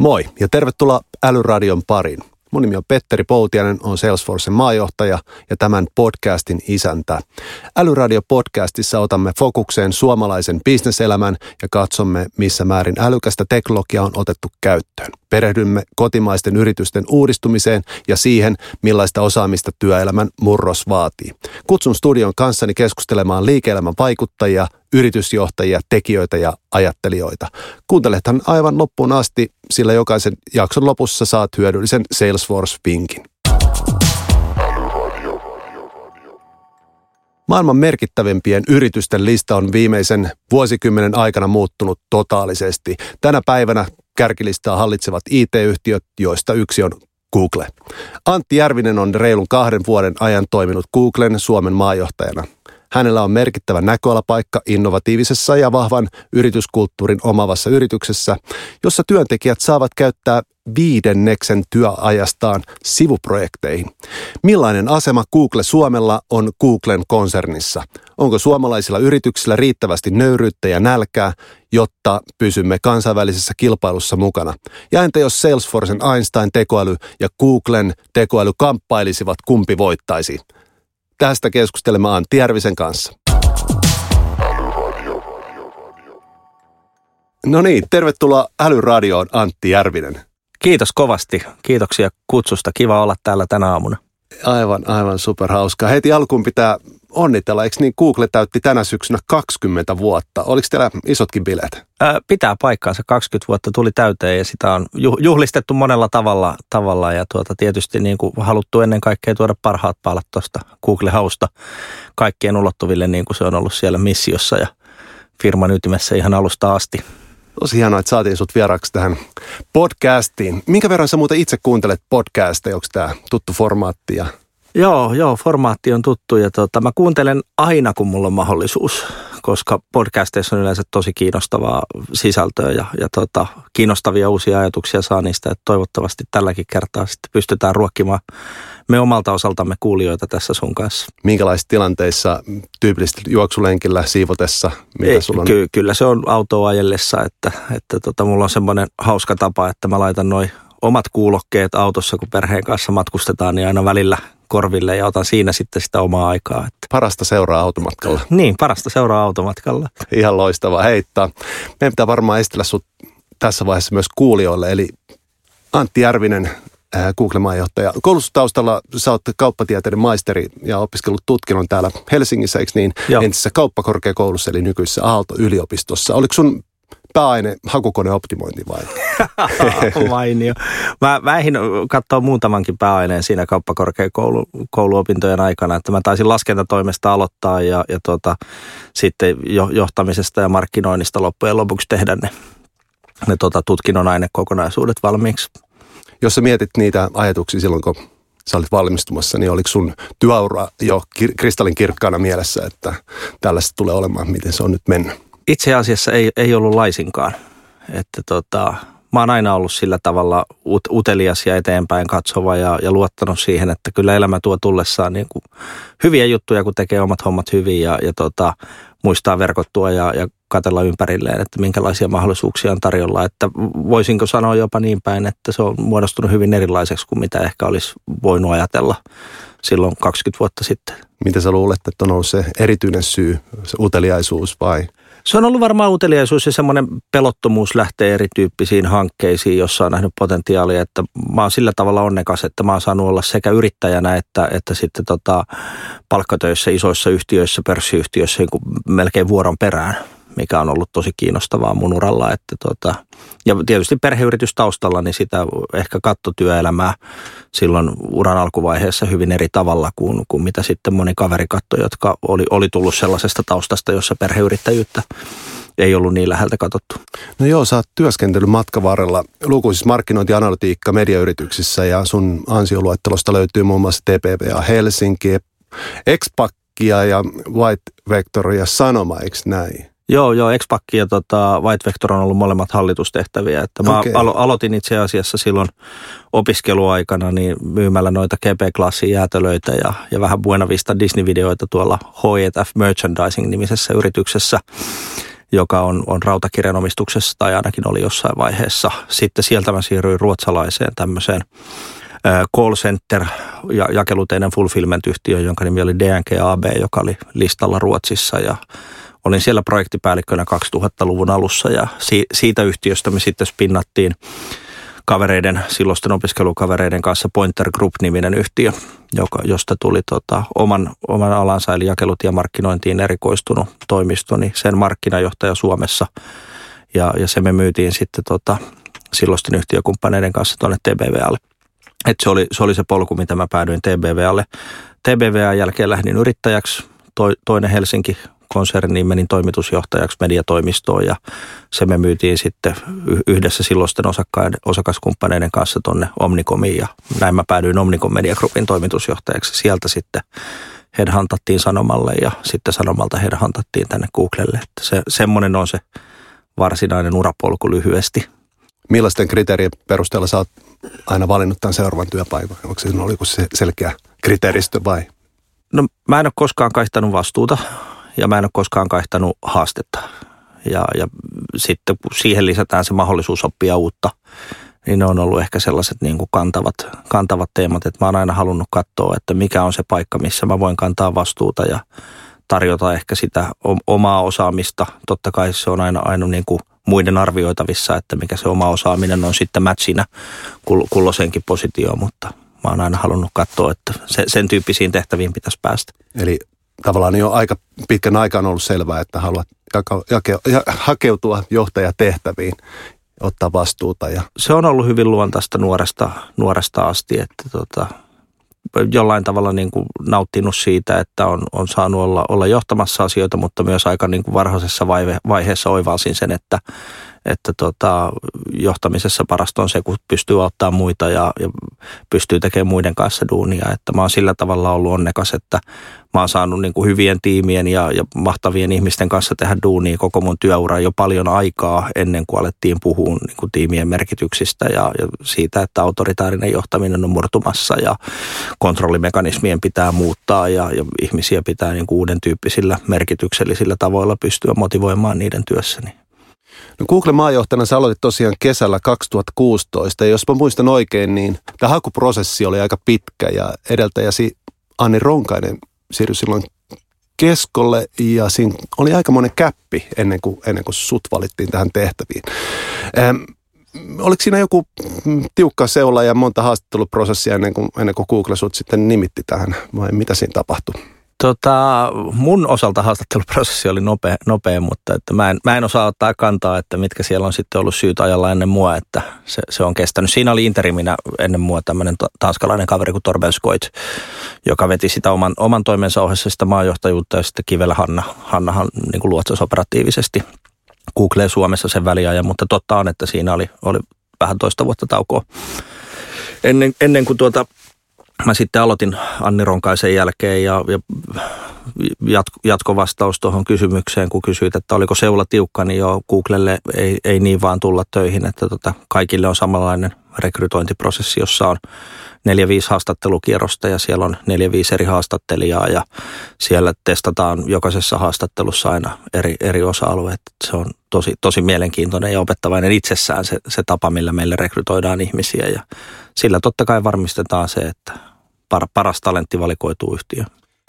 Moi ja tervetuloa Älyradion pariin. Mun nimi on Petteri Poutiainen, on Salesforcen maajohtaja ja tämän podcastin isäntä. Älyradio-podcastissa otamme fokukseen suomalaisen bisneselämän ja katsomme, missä määrin älykästä teknologiaa on otettu käyttöön. Perehdymme kotimaisten yritysten uudistumiseen ja siihen, millaista osaamista työelämän murros vaatii. Kutsun studion kanssani keskustelemaan liike-elämän vaikuttajia, yritysjohtajia, tekijöitä ja ajattelijoita. Kuuntelethan aivan loppuun asti, sillä jokaisen jakson lopussa saat hyödyllisen Salesforce-vinkin. Maailman merkittävimpien yritysten lista on viimeisen vuosikymmenen aikana muuttunut totaalisesti. Tänä päivänä kärkilistaa hallitsevat IT-yhtiöt, joista yksi on Google. Antti Järvinen on reilun 2 vuoden ajan toiminut Googlen Suomen maajohtajana. Hänellä on merkittävä näköalapaikka innovatiivisessa ja vahvan yrityskulttuurin omaavassa yrityksessä, jossa työntekijät saavat käyttää 1/5 työajastaan sivuprojekteihin. Millainen asema Google Suomella on Googlen konsernissa? Onko suomalaisilla yrityksillä riittävästi nöyryyttä ja nälkää, jotta pysymme kansainvälisessä kilpailussa mukana? Ja entä jos Salesforcen Einstein-tekoäly ja Googlen tekoäly kamppailisivat, kumpi voittaisi? Tästä keskustelemme Antti Järvisen kanssa. No niin, tervetuloa Älyradioon Antti Järvinen. Kiitos kovasti. Kiitoksia kutsusta. Kiva olla täällä tänä aamuna. Aivan superhauskaa. Heti alkuun pitää onnitella. Eikö niin, Google täytti tänä syksynä 20 vuotta. Oliko teillä isotkin bileet? Pitää paikkaansa. 20 vuotta tuli täyteen ja sitä on juhlistettu monella tavalla ja tietysti niin kuin haluttu ennen kaikkea tuoda parhaat palat tuosta Google-hausta kaikkien ulottuville, niin kuin se on ollut siellä missiossa ja firman ytimessä ihan alusta asti. Tosi hienoa, että saatiin sut vieraaksi tähän podcastiin. Minkä verran sä muuten itse kuuntelet podcasteja? Onko tämä tuttu formaatti? Joo, formaatti on tuttu ja mä kuuntelen aina, kun mulla on mahdollisuus, koska podcasteissa on yleensä tosi kiinnostavaa sisältöä ja kiinnostavia uusia ajatuksia saa niistä, että toivottavasti tälläkin kertaa sitten pystytään ruokkimaan me omalta osaltamme kuulijoita tässä sun kanssa. Minkälaisissa tilanteissa tyypillisesti juoksulenkillä, siivotessa, mitä sulla on? Kyllä se on autoa ajellessa, että mulla on semmoinen hauska tapa, että mä laitan noi omat kuulokkeet autossa, kun perheen kanssa matkustetaan, niin aina välillä korville ja otan siinä sitten sitä omaa aikaa. Että. Parasta seuraa automatkalla. Niin, parasta seuraa automatkalla. Ihan loistavaa. Heittaa. Meidän pitää varmaan esitellä sut tässä vaiheessa myös kuulijoille, eli Antti Järvinen, Google-maajohtaja. Koulutustaustalla sä oot kauppatieteiden maisteri ja opiskellut tutkinnon täällä Helsingissä, eikö niin? Joo. Entisessä kauppakorkeakoulussa eli nykyisessä Aalto-yliopistossa. Oliko sun pääaine hakukoneoptimointi vai? Mainio. Mä ehdin katsoa muutamankin pääaineen siinä kauppakorkeakouluopintojen aikana, että mä taisin laskentatoimesta aloittaa ja sitten johtamisesta ja markkinoinnista loppujen lopuksi tehdä ne tutkinnon ainekokonaisuudet valmiiksi. Jos sä mietit niitä ajatuksia silloin, kun sä olit valmistumassa, niin oliko sun työura jo kristallin kirkkaana mielessä, että tällaista tulee olemaan, miten se on nyt mennyt? Itse asiassa ei ollut laisinkaan. Että mä oon aina ollut sillä tavalla utelias ja eteenpäin katsova ja luottanut siihen, että kyllä elämä tuo tullessaan niin kuin hyviä juttuja, kun tekee omat hommat hyvin ja muistaa verkottua ja katsella ympärilleen, että minkälaisia mahdollisuuksia on tarjolla. Että voisinko sanoa jopa niin päin, että se on muodostunut hyvin erilaiseksi kuin mitä ehkä olisi voinut ajatella silloin 20 vuotta sitten. Mitä sä luulet, että on ollut se erityinen syy, se uteliaisuus vai? Se on ollut varmaan uteliaisuus ja semmoinen pelottomuus lähteä erityyppisiin hankkeisiin, jossa on nähnyt potentiaalia, että mä oon sillä tavalla onnekas, että mä oon saanut olla sekä yrittäjänä että sitten palkkatöissä isoissa yhtiöissä, pörssiyhtiöissä niin kuin melkein vuoron perään, mikä on ollut tosi kiinnostavaa mun uralla. Ja tietysti perheyritys taustalla, niin sitä ehkä katsoi työelämää silloin uran alkuvaiheessa hyvin eri tavalla kuin mitä sitten moni kaveri katsoi, jotka oli tullut sellaisesta taustasta, jossa perheyrittäjyyttä ei ollut niin läheltä katsottu. No joo, sä oot työskentellyt matkan varrella lukuisissa markkinointianalytiikka mediayrityksissä ja sun ansioluettelosta löytyy muun muassa TPVA Helsinki, Expakkia ja White Vector ja Sanoma, eikö näin? Joo, Expac ja White Vector on ollut molemmat hallitustehtäviä. Että mä aloitin itse asiassa silloin opiskeluaikana niin myymällä noita GP-klassin jäätelöitä ja vähän Buena Vista Disney-videoita tuolla H&F Merchandising-nimisessä yrityksessä. joka on Rautakirjan omistuksessa tai ainakin oli jossain vaiheessa. Sitten sieltä mä siirryin ruotsalaiseen tämmöiseen call center ja jakeluteinen fulfillment-yhtiö, jonka nimi oli DNG AB, joka oli listalla Ruotsissa ja olin siellä projektipäällikkönä 2000-luvun alussa ja siitä yhtiöstä me sitten spinnattiin silloisten opiskelukavereiden kanssa Pointer Group-niminen yhtiö, josta tuli oman alansa eli jakelutiemarkkinointiin erikoistunut toimisto, niin sen markkinajohtaja Suomessa ja se me myytiin sitten silloisten yhtiökumppaneiden kanssa tuonne TBVAlle. Et se oli se polku, mitä mä päädyin TBVAlle. TBVAn jälkeen lähdin yrittäjäksi, toinen Helsinki konserniin menin toimitusjohtajaksi mediatoimistoon ja se me myytiin sitten yhdessä silloisten osakaskumppaneiden kanssa tuonne Omnicomiin ja näin mä päädyin Omnicom Media Groupin toimitusjohtajaksi. Sieltä sitten headhuntattiin Sanomalle ja sitten Sanomalta headhuntattiin tänne Googlelle. Että semmoinen on se varsinainen urapolku lyhyesti. Millaisten kriteerien perusteella sä oot aina valinnut tämän seuraavan työpaikan? Oliko se selkeä kriteeristö vai? No mä en ole koskaan kaihtanut vastuuta. Ja mä en ole koskaan kaihtanut haastetta. Ja sitten kun siihen lisätään se mahdollisuus oppia uutta, niin ne on ollut ehkä sellaiset niin kuin kantavat teemat, että mä oon aina halunnut katsoa, että mikä on se paikka, missä mä voin kantaa vastuuta ja tarjota ehkä sitä omaa osaamista. Totta kai se on aina niin kuin muiden arvioitavissa, että mikä se oma osaaminen on sitten matchina kulloisenkin positioon, mutta mä oon aina halunnut katsoa, että sen tyyppisiin tehtäviin pitäisi päästä. Eli tavallaan jo aika pitkän aikaa on ollut selvää, että haluat hakeutua johtajatehtäviin, ottaa vastuuta. Se on ollut hyvin luontaista nuoresta asti, että jollain tavalla niin kuin nauttinut siitä, että on saanut olla johtamassa asioita, mutta myös aika niin kuin varhaisessa vaiheessa oivalsin sen, että johtamisessa parasta on se, kun pystyy auttaa muita ja pystyy tekemään muiden kanssa duunia. Että mä oon sillä tavalla ollut onnekas, että mä oon saanut niin kuin hyvien tiimien ja mahtavien ihmisten kanssa tehdä duunia koko mun työura jo paljon aikaa ennen kuin alettiin puhua niin kuin tiimien merkityksistä ja siitä, että autoritaarinen johtaminen on murtumassa ja kontrollimekanismien pitää muuttaa ja ihmisiä pitää niin kuin uuden tyyppisillä merkityksellisillä tavoilla pystyä motivoimaan niiden työssäni. No Google-maajohtajana sä aloitit tosiaan kesällä 2016 ja jos mä muistan oikein, niin tämä hakuprosessi oli aika pitkä ja edeltäjäsi Anni Ronkainen siirryi silloin keskolle ja siinä oli aikamoinen käppi ennen kuin sut valittiin tähän tehtäviin. Oliko siinä joku tiukka seula ja monta haastatteluprosessia ennen kuin Google sut sitten nimitti tähän vai mitä siinä tapahtui? Mun osalta haastatteluprosessi oli nopea, mutta että mä en osaa ottaa kantaa, että mitkä siellä on sitten ollut syyt ajalla ennen mua, että se on kestänyt. Siinä oli interiminä ennen mua tämmöinen tanskalainen kaveri kuin Torben Skoit, joka veti sitä oman toimensa ohessa sitä maajohtajuutta ja sitten Kivelä Hannahan niin kuin luotsasi operatiivisesti Googleen Suomessa sen väliajan, mutta totta on, että siinä oli vähän toista vuotta taukoa ennen kuin mä sitten aloitin Anni Ronkaisen jälkeen ja jatkovastaus tuohon kysymykseen, kun kysyit, että oliko seula tiukka, niin joo, Googlelle ei niin vaan tulla töihin, että kaikille on samanlainen rekrytointiprosessi, jossa on 4-5 haastattelukierrosta ja siellä on 4-5 eri haastattelijaa ja siellä testataan jokaisessa haastattelussa aina eri osa-alueet. Se on tosi mielenkiintoinen ja opettavainen itsessään se tapa, millä meille rekrytoidaan ihmisiä ja sillä totta kai varmistetaan se, että paras talentti valikoituu yhtiöön.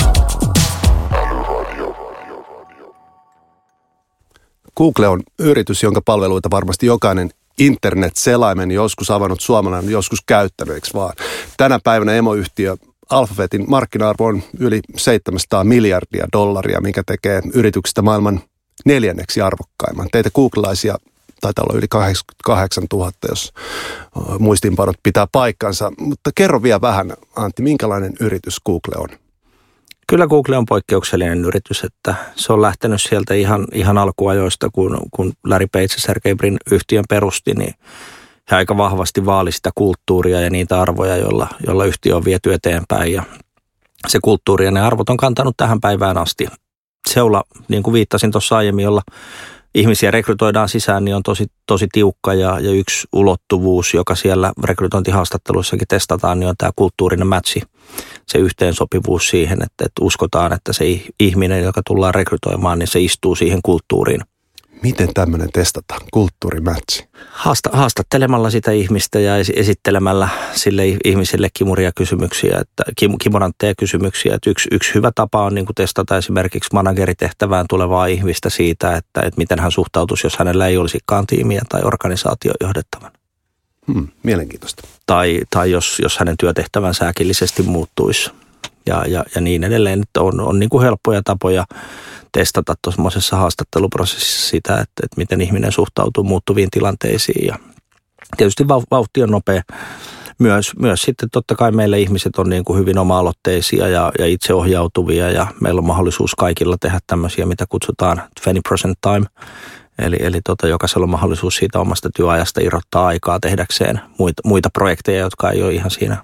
Google on yritys, jonka palveluita varmasti jokainen internet-selaimen joskus avannut suomalainen, joskus käyttänyt, eikö vaan? Tänä päivänä emoyhtiö Alphabetin markkina-arvo on yli $700 miljardia, mikä tekee yrityksestä maailman 4. arvokkaimman. Teitä googlelaisia taitaa olla yli 88 000, jos muistinpanot pitää paikkansa. Mutta kerro vielä vähän, Antti, minkälainen yritys Google on? Kyllä Google on poikkeuksellinen yritys, että se on lähtenyt sieltä ihan alkuajoista, kun Larry Page ja Sergey Brin yhtiön perusti, niin he aika vahvasti vaali sitä kulttuuria ja niitä arvoja, joilla yhtiö on viety eteenpäin. Ja se kulttuuri ja ne arvot on kantanut tähän päivään asti. Seula, niin kuin viittasin tuossa aiemmin, jolla ihmisiä rekrytoidaan sisään, niin on tosi tiukka ja yksi ulottuvuus, joka siellä rekrytointihaastatteluissakin testataan, niin on tämä kulttuurinen matchi, se yhteensopivuus siihen, että uskotaan, että se ihminen, joka tullaan rekrytoimaan, niin se istuu siihen kulttuuriin. Miten tämmöinen testataan, kulttuurimatchi? Haastattelemalla sitä ihmistä ja esittelemällä sille ihmiselle kimuria kysymyksiä, kimurantteja kysymyksiä. Että yksi hyvä tapa on niin kuin testata esimerkiksi manageritehtävään tulevaa ihmistä siitä, että miten hän suhtautuisi, jos hänellä ei olisikaan tiimiä tai organisaatio johdettavan. Mielenkiintoista. Tai jos hänen työtehtävänsä äkillisesti muuttuisi ja niin edelleen. On niin kuin helppoja tapoja testata tuollaisessa haastatteluprosessissa sitä, että miten ihminen suhtautuu muuttuviin tilanteisiin. Ja tietysti vauhti on nopea. Myös sitten totta kai meillä ihmiset on niin kuin hyvin oma-aloitteisia ja itseohjautuvia ja meillä on mahdollisuus kaikilla tehdä tämmöisiä, mitä kutsutaan 20% time. Eli jokaisella on mahdollisuus siitä omasta työajasta irrottaa aikaa tehdäkseen muita projekteja, jotka ei ole ihan siinä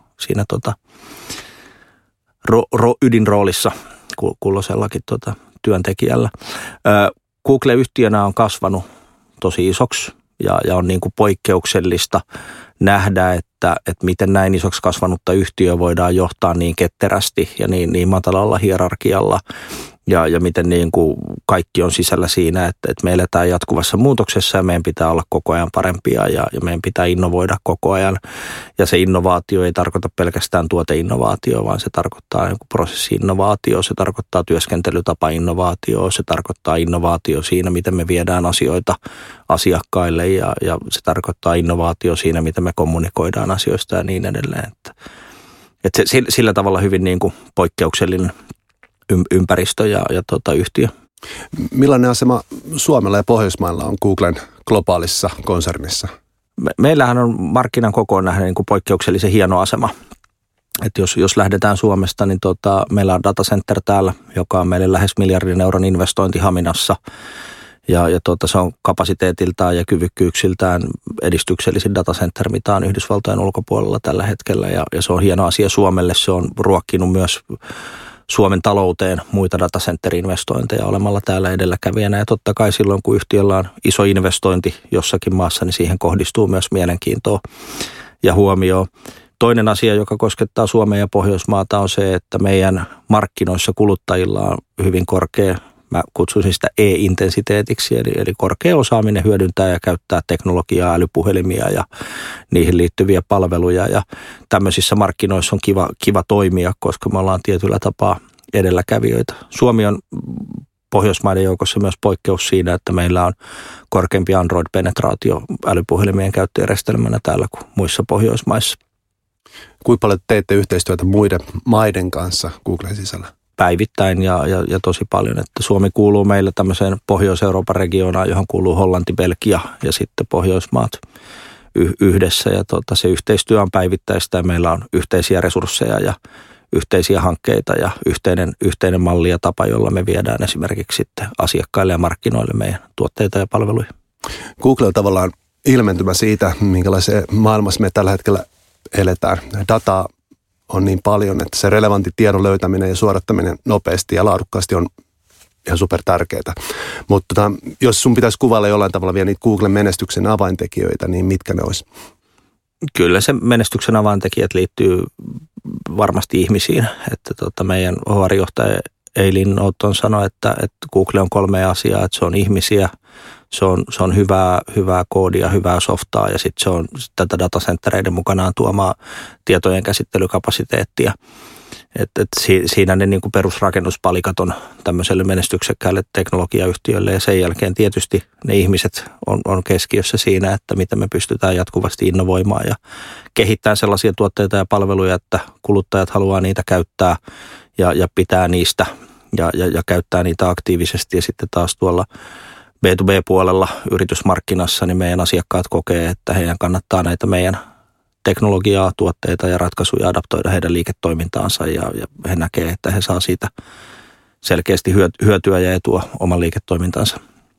ydinroolissa kulloisellakin työntekijällä. Google-yhtiönä on kasvanut tosi isoksi ja on niin kuin poikkeuksellista nähdä, että miten näin isoksi kasvanutta yhtiöä voidaan johtaa niin ketterästi ja niin matalalla hierarkialla ja miten niin kuin kaikki on sisällä siinä, että me eletään jatkuvassa muutoksessa ja meidän pitää olla koko ajan parempia ja meidän pitää innovoida koko ajan. Ja se innovaatio ei tarkoita pelkästään tuoteinnovaatio, vaan se tarkoittaa niin kuin prosessi-innovaatio, se tarkoittaa työskentelytapa-innovaatio, se tarkoittaa innovaatio siinä, miten me viedään asioita asiakkaille ja se tarkoittaa innovaatio siinä, miten me kommunikoidaan asioista ja niin edelleen. Että sillä tavalla hyvin niin kuin poikkeuksellinen ympäristö ja yhtiö. Millainen asema Suomella ja Pohjoismailla on Googlen globaalissa konsernissa? Meillähän on markkinan kokoon nähden niin kuin poikkeuksellisen hieno asema. Että jos lähdetään Suomesta, niin meillä on datacenter täällä, joka on meille lähes miljardin euron investointi Haminassa. Ja se on kapasiteetiltaan ja kyvykkyyksiltään edistyksellisin datacenter, mitä on Yhdysvaltojen ulkopuolella tällä hetkellä. Ja se on hieno asia Suomelle. Se on ruokkinut myös Suomen talouteen muita datacenter-investointeja olemalla täällä edelläkävijänä. Ja totta kai silloin, kun yhtiöllä on iso investointi jossakin maassa, niin siihen kohdistuu myös mielenkiintoa ja huomioon. Toinen asia, joka koskettaa Suomea ja Pohjoismaata, on se, että meidän markkinoissa kuluttajilla on hyvin korkea, mä kutsuisin sitä e-intensiteetiksi, eli korkea osaaminen hyödyntää ja käyttää teknologiaa, älypuhelimia ja niihin liittyviä palveluja. Ja tämmöisissä markkinoissa on kiva toimia, koska me ollaan tietyllä tapaa edelläkävijöitä. Suomi on Pohjoismaiden joukossa myös poikkeus siinä, että meillä on korkeampi Android-penetraatio älypuhelimien käyttöjärjestelmänä täällä kuin muissa Pohjoismaissa. Kuinka paljon teette yhteistyötä muiden maiden kanssa Googlen sisällä? Päivittäin ja tosi paljon, että Suomi kuuluu meillä tämmöiseen Pohjois-Euroopan regioonaan, johon kuuluu Hollanti, Belgia ja sitten Pohjoismaat yhdessä. Ja se yhteistyö on päivittäistä ja meillä on yhteisiä resursseja ja yhteisiä hankkeita ja yhteinen malli ja tapa, jolla me viedään esimerkiksi sitten asiakkaille ja markkinoille meidän tuotteita ja palveluja. Google on tavallaan ilmentymä siitä, minkälaisessa maailmassa me tällä hetkellä eletään. Dataa on niin paljon, että se relevantti tiedon löytäminen ja suodattaminen nopeasti ja laadukkaasti on ihan super tärkeää. Mutta jos sun pitäisi kuvailla jollain tavalla vielä niitä Googlen menestyksen avaintekijöitä, niin mitkä ne olisi? Kyllä se menestyksen avaintekijät liittyy varmasti ihmisiin. Että meidän HR-johtaja Eileen Norton sanoi, että Google on 3 asiaa, että se on ihmisiä, se on hyvää koodia, hyvää softaa ja sitten se on tätä datacentereiden mukanaan tuomaa tietojen käsittelykapasiteettia. Siinä ne niin kuin perusrakennuspalikat on tämmöiselle menestyksekkäälle teknologiayhtiölle ja sen jälkeen tietysti ne ihmiset on keskiössä siinä, että miten me pystytään jatkuvasti innovoimaan ja kehittämään sellaisia tuotteita ja palveluja, että kuluttajat haluaa niitä käyttää ja pitää niistä ja käyttää niitä aktiivisesti ja sitten taas tuolla B2B-puolella yritysmarkkinassa, niin meidän asiakkaat kokee, että heidän kannattaa näitä meidän teknologiaa, tuotteita ja ratkaisuja adaptoida heidän liiketoimintaansa ja he näkee, että he saa siitä selkeästi hyötyä ja etua oman liiketoimintansa.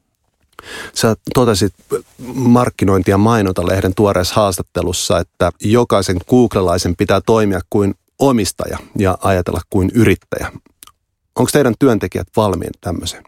Sä totesit markkinointi- ja mainontalehden tuoreessa haastattelussa, että jokaisen googlelaisen pitää toimia kuin omistaja ja ajatella kuin yrittäjä. Onko teidän työntekijät valmiin tämmöiseen?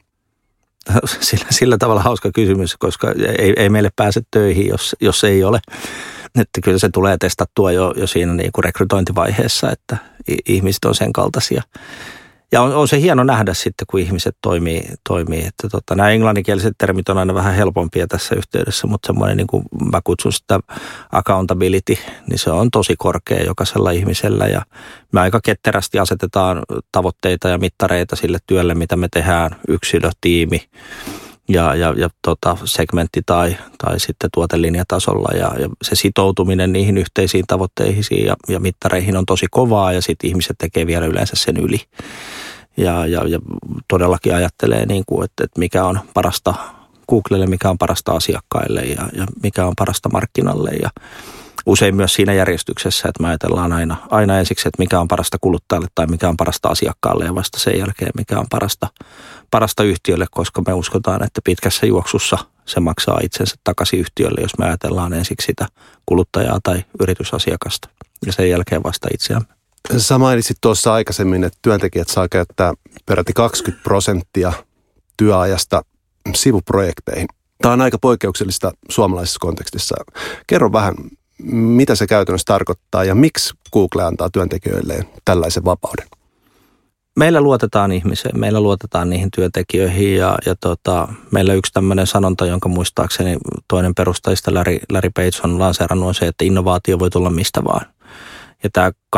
Sillä tavalla hauska kysymys, koska ei meille pääse töihin, jos ei ole. Että kyllä se tulee testattua jo siinä niin kuin rekrytointivaiheessa, että ihmiset on sen kaltaisia. Ja on se hieno nähdä sitten, kun ihmiset toimii. Että nämä englanninkieliset termit on aina vähän helpompia tässä yhteydessä, mutta semmoinen, niin kuin mä kutsun sitä accountability, niin se on tosi korkea jokaisella ihmisellä. Ja me aika ketterästi asetetaan tavoitteita ja mittareita sille työlle, mitä me tehdään, yksilö, tiimi ja segmentti tai sitten tuotelinjatasolla. Ja se sitoutuminen niihin yhteisiin tavoitteisiin ja mittareihin on tosi kovaa ja sitten ihmiset tekee vielä yleensä sen yli. Ja todellakin ajattelee, niin kuin, että mikä on parasta Googlelle, mikä on parasta asiakkaille ja mikä on parasta markkinalle. Ja usein myös siinä järjestyksessä, että me ajatellaan aina ensiksi, että mikä on parasta kuluttajalle tai mikä on parasta asiakkaalle ja vasta sen jälkeen mikä on parasta yhtiölle, koska me uskotaan, että pitkässä juoksussa se maksaa itsensä takaisin yhtiölle, jos me ajatellaan ensiksi sitä kuluttajaa tai yritysasiakasta ja sen jälkeen vasta itseämme. Sä mainitsit tuossa aikaisemmin, että työntekijät saa käyttää peräti 20% työajasta sivuprojekteihin. Tämä on aika poikkeuksellista suomalaisessa kontekstissa. Kerro vähän, mitä se käytännössä tarkoittaa ja miksi Google antaa työntekijöilleen tällaisen vapauden? Meillä luotetaan ihmiseen, meillä luotetaan niihin työntekijöihin ja meillä yksi tämmöinen sanonta, jonka muistaakseni toinen perustajista Larry Page on lanseerannut, on se, että innovaatio voi tulla mistä vaan. Ja tämä 20%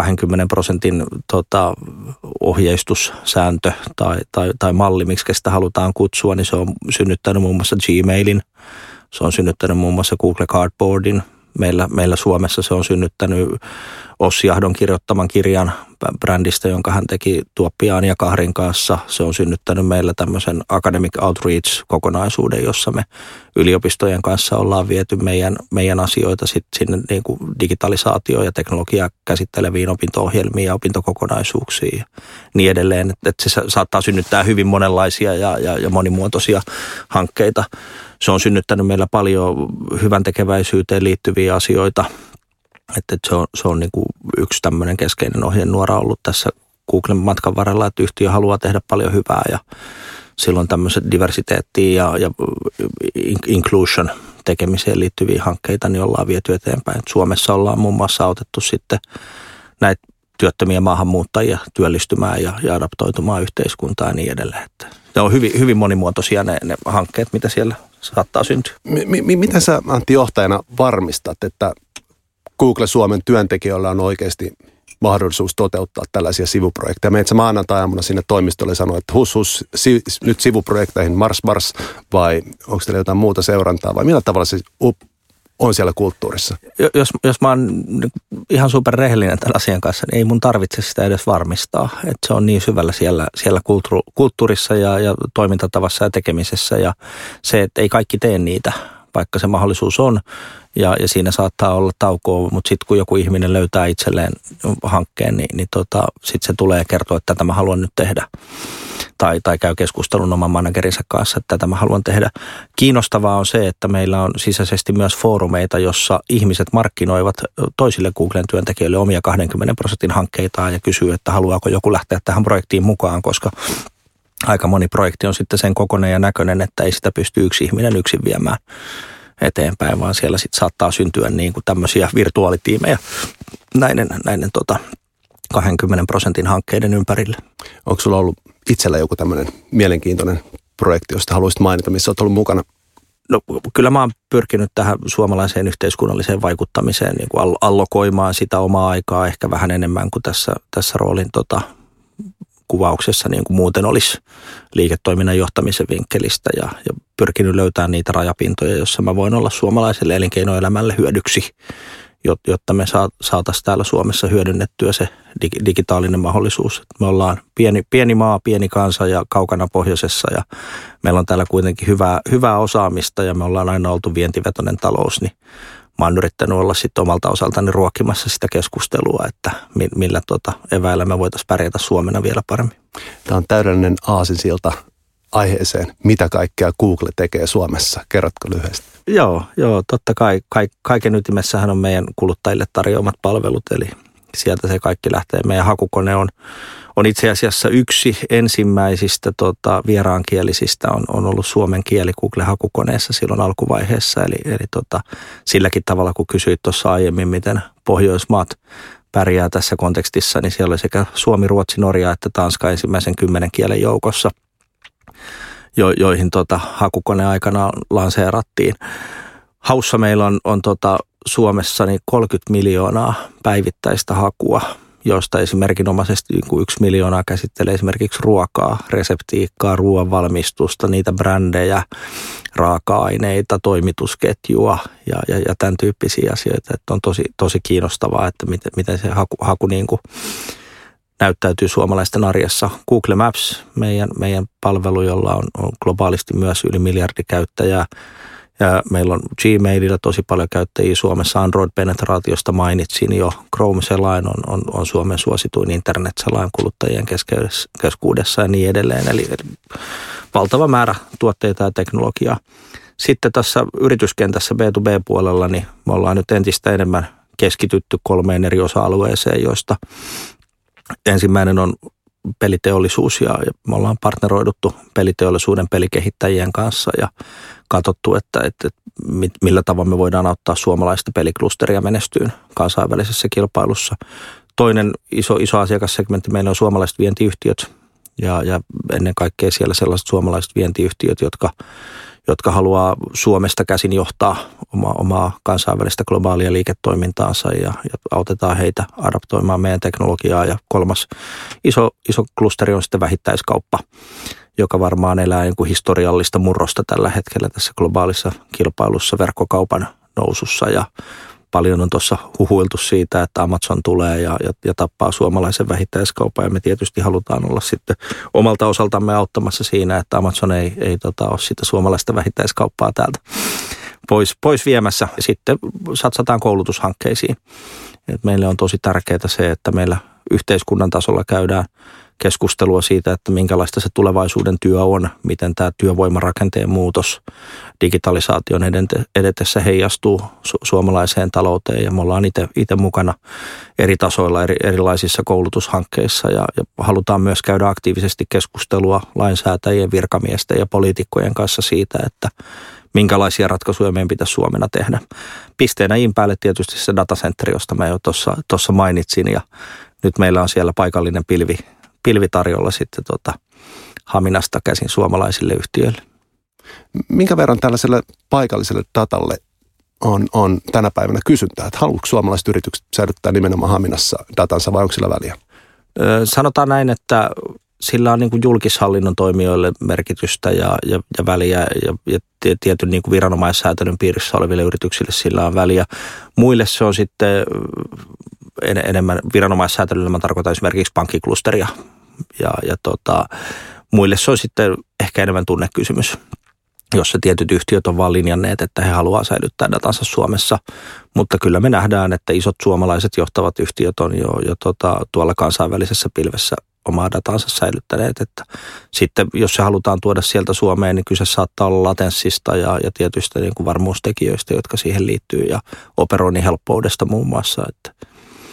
ohjeistussääntö tai malli, miksi sitä halutaan kutsua, niin se on synnyttänyt muun muassa Gmailin, se on synnyttänyt muun muassa Google Cardboardin. Meillä Suomessa se on synnyttänyt Ossi Ahdon kirjoittaman kirjan brändistä, jonka hän teki Tuoppiaan ja Kahrin kanssa. Se on synnyttänyt meillä tämmöisen Academic Outreach-kokonaisuuden, jossa me yliopistojen kanssa ollaan viety meidän asioita sinne niin kuin digitalisaatio- ja teknologiaa käsitteleviin opinto-ohjelmiin ja opintokokonaisuuksiin ja niin edelleen. Että se saattaa synnyttää hyvin monenlaisia ja monimuotoisia hankkeita. Se on synnyttänyt meillä paljon hyvän tekeväisyyteen liittyviä asioita. Että se on niin kuin yksi tämmöinen keskeinen ohjenuora ollut tässä Googlen matkan varrella, että yhtiö haluaa tehdä paljon hyvää ja silloin tämmöiset diversiteettiin ja inclusion tekemiseen liittyviä hankkeita niin ollaan viety eteenpäin. Suomessa ollaan muun muassa autettu sitten näitä työttömiä maahanmuuttajia työllistymään ja adaptoitumaan yhteiskuntaan ja niin edelleen. Että ne on hyvin monimuotoisia ne hankkeet, mitä siellä saattaa syntyä. Miten sä, Antti, johtajana varmistat, että Google Suomen työntekijöillä on oikeasti mahdollisuus toteuttaa tällaisia sivuprojekteja? Meitä maanantai-aamuna sinne toimistolle sanoi, että nyt sivuprojekteihin mars, vai onko teillä jotain muuta seurantaa, vai millä tavalla se on siellä kulttuurissa? Jos mä oon ihan superrehellinen tämän asian kanssa, niin ei mun tarvitse sitä edes varmistaa. Että se on niin syvällä siellä kulttuurissa ja toimintatavassa ja tekemisessä. Ja se, että ei kaikki tee niitä, vaikka se mahdollisuus on. Ja siinä saattaa olla taukoa, mutta sitten kun joku ihminen löytää itselleen hankkeen, niin sitten se tulee kertoa, että tätä mä haluan nyt tehdä. Tai käy keskustelun oman managerinsa kanssa, että tätä mä haluan tehdä. Kiinnostavaa on se, että meillä on sisäisesti myös foorumeita, jossa ihmiset markkinoivat toisille Googlen työntekijöille omia 20% hankkeitaan ja kysyy, että haluaako joku lähteä tähän projektiin mukaan, koska aika moni projekti on sitten sen kokoinen ja näköinen, että ei sitä pysty yksi ihminen yksin viemään eteenpäin, vaan siellä sitten saattaa syntyä niin kuin tämmöisiä virtuaalitiimejä näiden 20% hankkeiden ympärille. Onko sulla ollut itsellä joku tämmöinen mielenkiintoinen projekti, josta haluaisit mainita, missä olet ollut mukana? No kyllä mä oon pyrkinyt tähän suomalaiseen yhteiskunnalliseen vaikuttamiseen, niin kuin allokoimaan sitä omaa aikaa ehkä vähän enemmän kuin tässä roolin kuvauksessa niin kuin muuten olisi liiketoiminnan johtamisen vinkkelistä ja pyrkinyt löytämään niitä rajapintoja, joissa mä voin olla suomalaiselle elinkeinoelämälle hyödyksi, jotta me saataisiin täällä Suomessa hyödynnettyä se digitaalinen mahdollisuus. Me ollaan pieni maa, pieni kansa ja kaukana pohjoisessa ja meillä on täällä kuitenkin hyvää osaamista ja me ollaan aina oltu vientivetoinen talous, niin mä oon yrittänyt olla sitten omalta osaltani ruokkimassa sitä keskustelua, että millä eväillä me voitaisiin pärjätä Suomena vielä paremmin. Tämä on täydellinen aasinsilta aiheeseen, mitä kaikkea Google tekee Suomessa. Kerrotko lyhyesti? Joo, totta kai. Kaiken ytimessähän on meidän kuluttajille tarjoamat palvelut, eli sieltä se kaikki lähtee. Meidän hakukone on itse asiassa yksi ensimmäisistä vieraankielisistä on ollut suomen kieli Google-hakukoneessa silloin alkuvaiheessa. Eli silläkin tavalla, kun kysyit tuossa aiemmin, miten Pohjoismaat pärjää tässä kontekstissa, niin siellä oli sekä Suomi, Ruotsi, Norja että Tanska ensimmäisen 10 kielen joukossa, joihin hakukone aikana lanseerattiin. Haussa meillä on Suomessa niin 30 miljoonaa päivittäistä hakua, josta esimerkinomaisesti 1 miljoonaa käsittelee esimerkiksi ruokaa, reseptiikkaa, ruoanvalmistusta, niitä brändejä, raaka-aineita, toimitusketjua ja tämän tyyppisiä asioita. Että on tosi kiinnostavaa, että miten se haku niin kuin näyttäytyy suomalaisten arjessa. Google Maps, meidän palvelu, jolla on globaalisti myös yli 1 miljardi käyttäjää. Ja meillä on Gmaililla tosi paljon käyttäjiä Suomessa. Android-penetraatiosta mainitsin jo. Chrome-selain on Suomen suosituin internet-selain kuluttajien keskuudessa ja niin edelleen. Eli valtava määrä tuotteita ja teknologiaa. Sitten tässä yrityskentässä B2B-puolella niin me ollaan nyt entistä enemmän keskitytty 3 eri osa-alueeseen, joista ensimmäinen on peliteollisuus ja me ollaan partneroiduttu peliteollisuuden pelikehittäjien kanssa ja katsottu, että millä tavalla me voidaan auttaa suomalaista peliklusteria menestyyn kansainvälisessä kilpailussa. Toinen iso asiakassegmentti meillä on suomalaiset vientiyhtiöt ja ennen kaikkea siellä sellaiset suomalaiset vientiyhtiöt, jotka haluaa Suomesta käsin johtaa omaa kansainvälistä globaalia liiketoimintaansa ja autetaan heitä adaptoimaan meidän teknologiaa. Ja kolmas iso klusteri on sitten vähittäiskauppa, joka varmaan elää niin kuin historiallista murrosta tällä hetkellä tässä globaalissa kilpailussa verkkokaupan nousussa ja paljon on tuossa huhuiltu siitä, että Amazon tulee ja tappaa suomalaisen vähittäiskaupan ja me tietysti halutaan olla sitten omalta osaltamme auttamassa siinä, että Amazon ei ole sitä suomalaista vähittäiskauppaa täältä pois viemässä. Ja sitten satsataan koulutushankkeisiin. Et meille on tosi tärkeää se, että meillä yhteiskunnan tasolla käydään keskustelua siitä, että minkälaista se tulevaisuuden työ on, miten tämä työvoimarakenteen muutos digitalisaation edetessä heijastuu suomalaiseen talouteen ja me ollaan itse mukana eri tasoilla erilaisissa koulutushankkeissa ja halutaan myös käydä aktiivisesti keskustelua lainsäätäjien, virkamiesten ja poliitikkojen kanssa siitä, että minkälaisia ratkaisuja meidän pitäisi Suomena tehdä. Pisteenä in päälle tietysti se datacenteri, josta mä jo tuossa mainitsin ja nyt meillä on siellä paikallinen pilvi tarjolla sitten Haminasta käsin suomalaisille yhtiöille. Minkä verran tällaiselle paikalliselle datalle on tänä päivänä kysyntää? Että haluatko suomalaiset yritykset säilyttää nimenomaan Haminassa datansa vai onko sillä väliä? Sanotaan näin, että sillä on niin kuin julkishallinnon toimijoille merkitystä ja väliä ja tietyn niin kuin viranomaissäätelyn piirissä oleville yrityksille sillä on väliä. Muille se on sitten enemmän viranomaissäätelyllä, mä tarkoitan esimerkiksi pankkiklusteria ja muille se on sitten ehkä enemmän tunnekysymys, jossa tietyt yhtiöt on vaan linjanneet, että he haluaa säilyttää datansa Suomessa, mutta kyllä me nähdään, että isot suomalaiset johtavat yhtiöt on jo tuolla kansainvälisessä pilvessä omaa datansa säilyttäneet, että sitten jos se halutaan tuoda sieltä Suomeen, niin kyse saattaa olla latenssista ja tietyistä niin kuin varmuustekijöistä, jotka siihen liittyy ja operoinnin helppoudesta muun muassa, että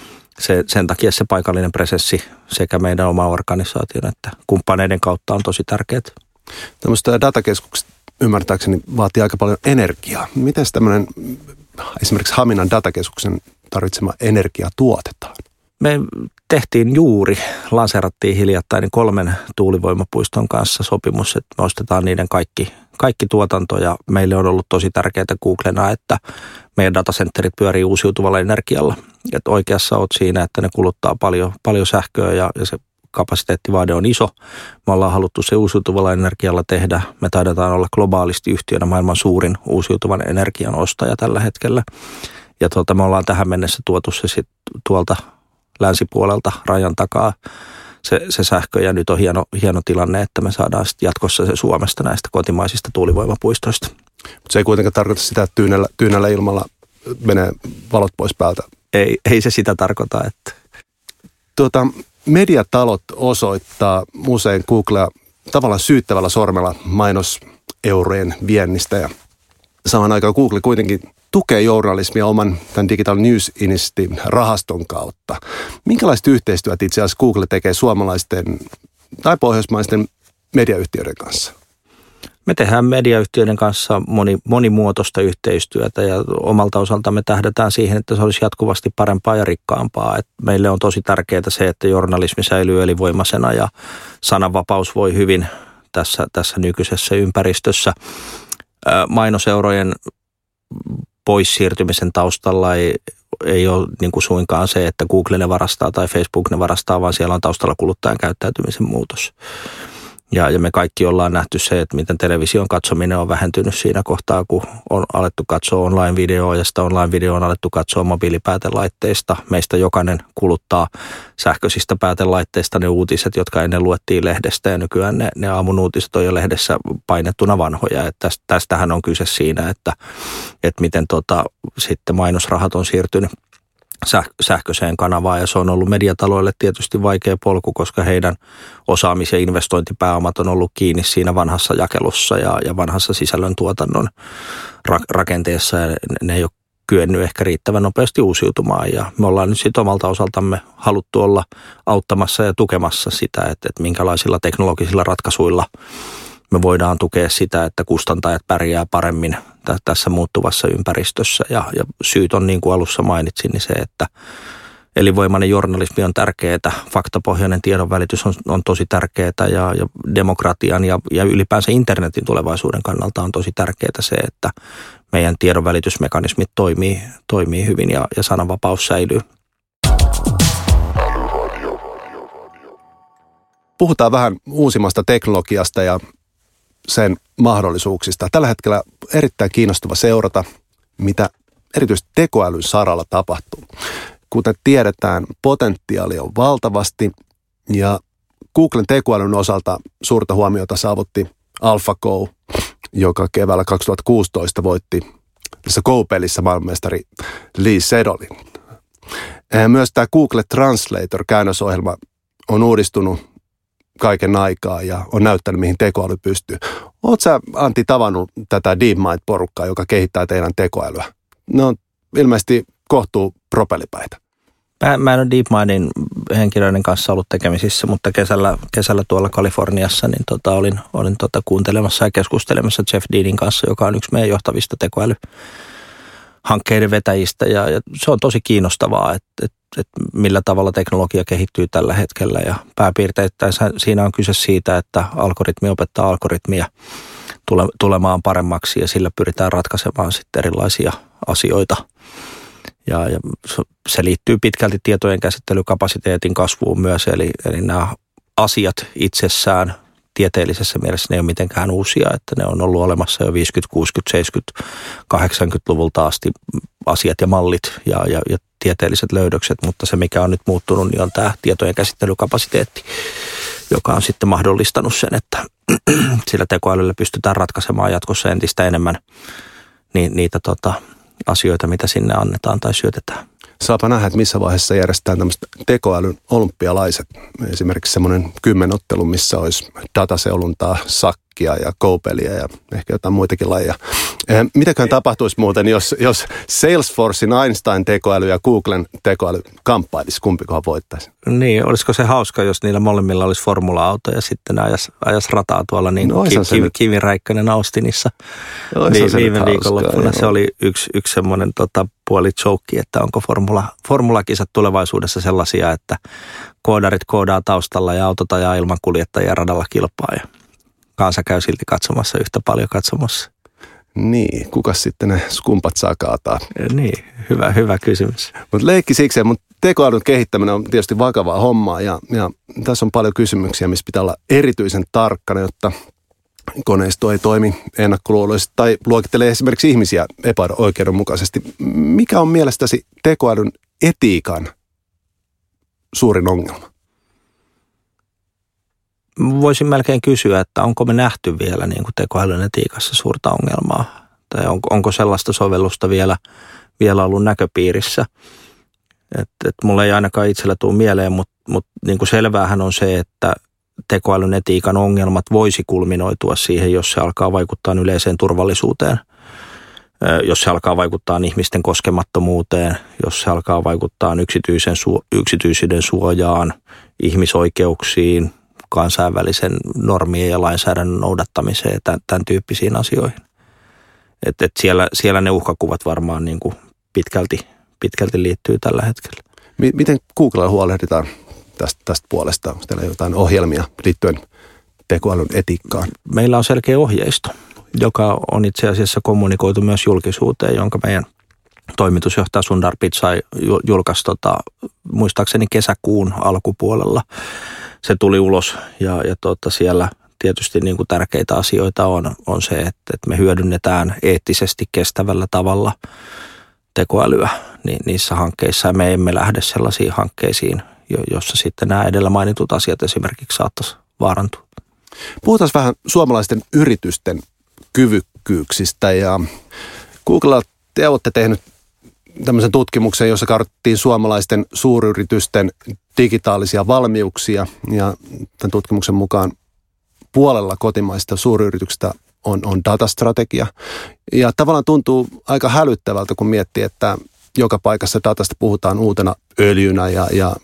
sen takia se paikallinen presenssi sekä meidän oma organisaation että kumppaneiden kautta on tosi tärkeää. Tämmöistä datakeskukset ymmärtääkseni vaatii aika paljon energiaa. Miten tämmöinen esimerkiksi Haminan datakeskuksen tarvitsema energia tuotetaan? Me lanseerattiin hiljattain 3 tuulivoimapuiston kanssa sopimus, että me ostetaan niiden kaikki tuotanto ja meille on ollut tosi tärkeää Googlena, että meidän datacenterit pyörii uusiutuvalla energialla. Että oikeassa olet siinä, että ne kuluttaa paljon sähköä ja se kapasiteettivaade on iso. Me ollaan haluttu se uusiutuvalla energialla tehdä. Me taidetaan olla globaalisti yhtiönä maailman suurin uusiutuvan energian ostaja tällä hetkellä. Ja me ollaan tähän mennessä tuotu se sitten tuolta länsipuolelta rajan takaa se sähkö ja nyt on hieno tilanne, että me saadaan sitten jatkossa se Suomesta näistä kotimaisista tuulivoimapuistoista. Mutta se ei kuitenkaan tarkoita sitä, että tyynällä ilmalla menee valot pois päältä. Ei se sitä tarkoita, että mediatalot osoittaa usein Googlea tavallaan syyttävällä sormella mainoseurojen viennistä ja samaan aikaan Google kuitenkin tukee journalismia oman tämän Digital News Initiative rahaston kautta. Minkälaista yhteistyötä itse asiassa Google tekee suomalaisten tai pohjoismaisten mediayhtiöiden kanssa? Me tehdään mediayhtiöiden kanssa monimuotoista yhteistyötä ja omalta osaltamme tähdätään siihen, että se olisi jatkuvasti parempaa ja rikkaampaa. Et meille on tosi tärkeää se, että journalismi säilyy elinvoimaisena ja sananvapaus voi hyvin tässä nykyisessä ympäristössä. Mainoseurojen poissiirtymisen taustalla ei ole niin kuin suinkaan se, että Google ne varastaa tai Facebook ne varastaa, vaan siellä on taustalla kuluttajan käyttäytymisen muutos. Ja me kaikki ollaan nähty se, että miten television katsominen on vähentynyt siinä kohtaa, kun on alettu katsoa online-videoa ja sitä online-videoa on alettu katsoa mobiilipäätelaitteista. Meistä jokainen kuluttaa sähköisistä päätelaitteista ne uutiset, jotka ennen luettiin lehdestä ja nykyään ne aamun uutiset on jo lehdessä painettuna vanhoja. Että tästähän on kyse siinä, että miten sitten mainosrahat on siirtynyt sähköiseen kanavaan ja se on ollut mediataloille tietysti vaikea polku, koska heidän osaamis- ja investointipääomat on ollut kiinni siinä vanhassa jakelussa ja vanhassa sisällöntuotannon rakenteessa ja ne ei ole kyennyt ehkä riittävän nopeasti uusiutumaan ja me ollaan nyt sitten omalta osaltamme haluttu olla auttamassa ja tukemassa sitä, että minkälaisilla teknologisilla ratkaisuilla me voidaan tukea sitä, että kustantajat pärjää paremmin tässä muuttuvassa ympäristössä. Ja syyt on, niin kuin alussa mainitsin, niin se, että elinvoimainen journalismi on tärkeää, faktapohjainen tiedonvälitys on tosi tärkeää ja demokratian ja ylipäänsä internetin tulevaisuuden kannalta on tosi tärkeää se, että meidän tiedonvälitysmekanismit toimii hyvin ja sananvapaus säilyy. Puhutaan vähän uusimmasta teknologiasta ja sen mahdollisuuksista. Tällä hetkellä erittäin kiinnostava seurata, mitä erityisesti tekoälyn saralla tapahtuu. Kuten tiedetään, potentiaali on valtavasti ja Googlen tekoälyn osalta suurta huomiota saavutti AlphaGo, joka keväällä 2016 voitti tässä Go-pelissä maailmanmestari Lee Sedolin. Myös tämä Google Translator-käännösohjelma on uudistunut kaiken aikaa ja on näyttänyt, mihin tekoäly pystyy. Oletko sä, Antti, tavannut tätä DeepMind-porukkaa, joka kehittää teidän tekoälyä? Ne on ilmeisesti kohtuu propellipäitä. Mä en ole DeepMindin henkilöiden kanssa ollut tekemisissä, mutta kesällä tuolla Kaliforniassa niin olin kuuntelemassa ja keskustelemassa Jeff Deanin kanssa, joka on yksi meidän johtavista tekoälyhankkeiden vetäjistä. Ja se on tosi kiinnostavaa, että millä tavalla teknologia kehittyy tällä hetkellä. Ja pääpiirteittäin siinä on kyse siitä, että algoritmi opettaa algoritmia tulemaan paremmaksi ja sillä pyritään ratkaisemaan sitten erilaisia asioita. Ja se liittyy pitkälti tietojen käsittelykapasiteetin kasvuun myös, eli nämä asiat itsessään tieteellisessä mielessä ne ei ole mitenkään uusia, että ne on ollut olemassa jo 50-, 60-, 70-, 80-luvulta asti asiat ja mallit ja tieteelliset löydökset, mutta se mikä on nyt muuttunut, niin on tämä tietojen käsittelykapasiteetti, joka on sitten mahdollistanut sen, että sillä tekoälyllä pystytään ratkaisemaan jatkossa entistä enemmän niitä asioita, mitä sinne annetaan tai syötetään. Saapa nähdä, että missä vaiheessa järjestetään tämmöistä tekoälyn olympialaiset. Esimerkiksi semmoinen 10 ottelu, missä olisi dataseuluntaa, sakkia ja Go-peliä ja ehkä jotain muitakin lajeja. Mitäkään tapahtuisi muuten, jos Salesforcein Einstein-tekoäly ja Googlen tekoäly kamppailisi, kumpikohan voittaisi? Niin, olisiko se hauska, jos niillä molemmilla olisi formula-auto ja sitten ajas rataa tuolla niin Kimi Räikkönen Austinissa viime viikonloppuna. Se oli yksi semmoinen puoli joke, että onko formulakisat tulevaisuudessa sellaisia, että koodarit koodaa taustalla ja autot ajaa ilman kuljettajia radalla kilpaa ja kansa käy silti katsomassa yhtä paljon katsomassa. Niin, kukas sitten ne skumpat saa kaataa? Niin, hyvä kysymys. Mutta leikki siksi, mutta tekoälyn kehittäminen on tietysti vakavaa hommaa ja tässä on paljon kysymyksiä, missä pitää olla erityisen tarkkana, jotta koneisto ei toimi ennakkoluuloisesti tai luokittelee esimerkiksi ihmisiä epäoikeudenmukaisesti. Mikä on mielestäsi tekoälyn etiikan suurin ongelma? Voisin melkein kysyä, että onko me nähty vielä niin kuin tekoälyn etiikassa suurta ongelmaa? Tai onko sellaista sovellusta vielä ollut näköpiirissä? Et mulla ei ainakaan itsellä tule mieleen, mutta niin kuin selväähän on se, että tekoälyn etiikan ongelmat voisi kulminoitua siihen, jos se alkaa vaikuttaa yleiseen turvallisuuteen, jos se alkaa vaikuttaa ihmisten koskemattomuuteen, jos se alkaa vaikuttaa yksityisyyden suojaan, ihmisoikeuksiin, kansainvälisen normien ja lainsäädännön noudattamiseen ja tämän tyyppisiin asioihin. Et siellä ne uhkakuvat varmaan niin kuin pitkälti liittyy tällä hetkellä. Miten Googlella huolehditaan tästä puolesta? Onko teillä jotain ohjelmia liittyen tekoälyn etiikkaan? Meillä on selkeä ohjeisto, joka on itse asiassa kommunikoitu myös julkisuuteen, jonka meidän toimitusjohtaja Sundar Pichai julkaisi muistaakseni kesäkuun alkupuolella. Se tuli ulos ja siellä tietysti niin kuin tärkeitä asioita on se, että me hyödynnetään eettisesti kestävällä tavalla tekoälyä niissä hankkeissa. Ja me emme lähde sellaisiin hankkeisiin, jossa sitten nämä edellä mainitut asiat esimerkiksi saattaisi vaarantua. Puhutaan vähän suomalaisten yritysten kyvykkyyksistä ja Googlella te olette tehnyt tämmöisen tutkimuksen, jossa kartoitettiin suomalaisten suuryritysten digitaalisia valmiuksia ja tämän tutkimuksen mukaan puolella kotimaista suuryrityksistä on datastrategia. Ja tavallaan tuntuu aika hälyttävältä, kun miettii, että joka paikassa datasta puhutaan uutena öljynä ja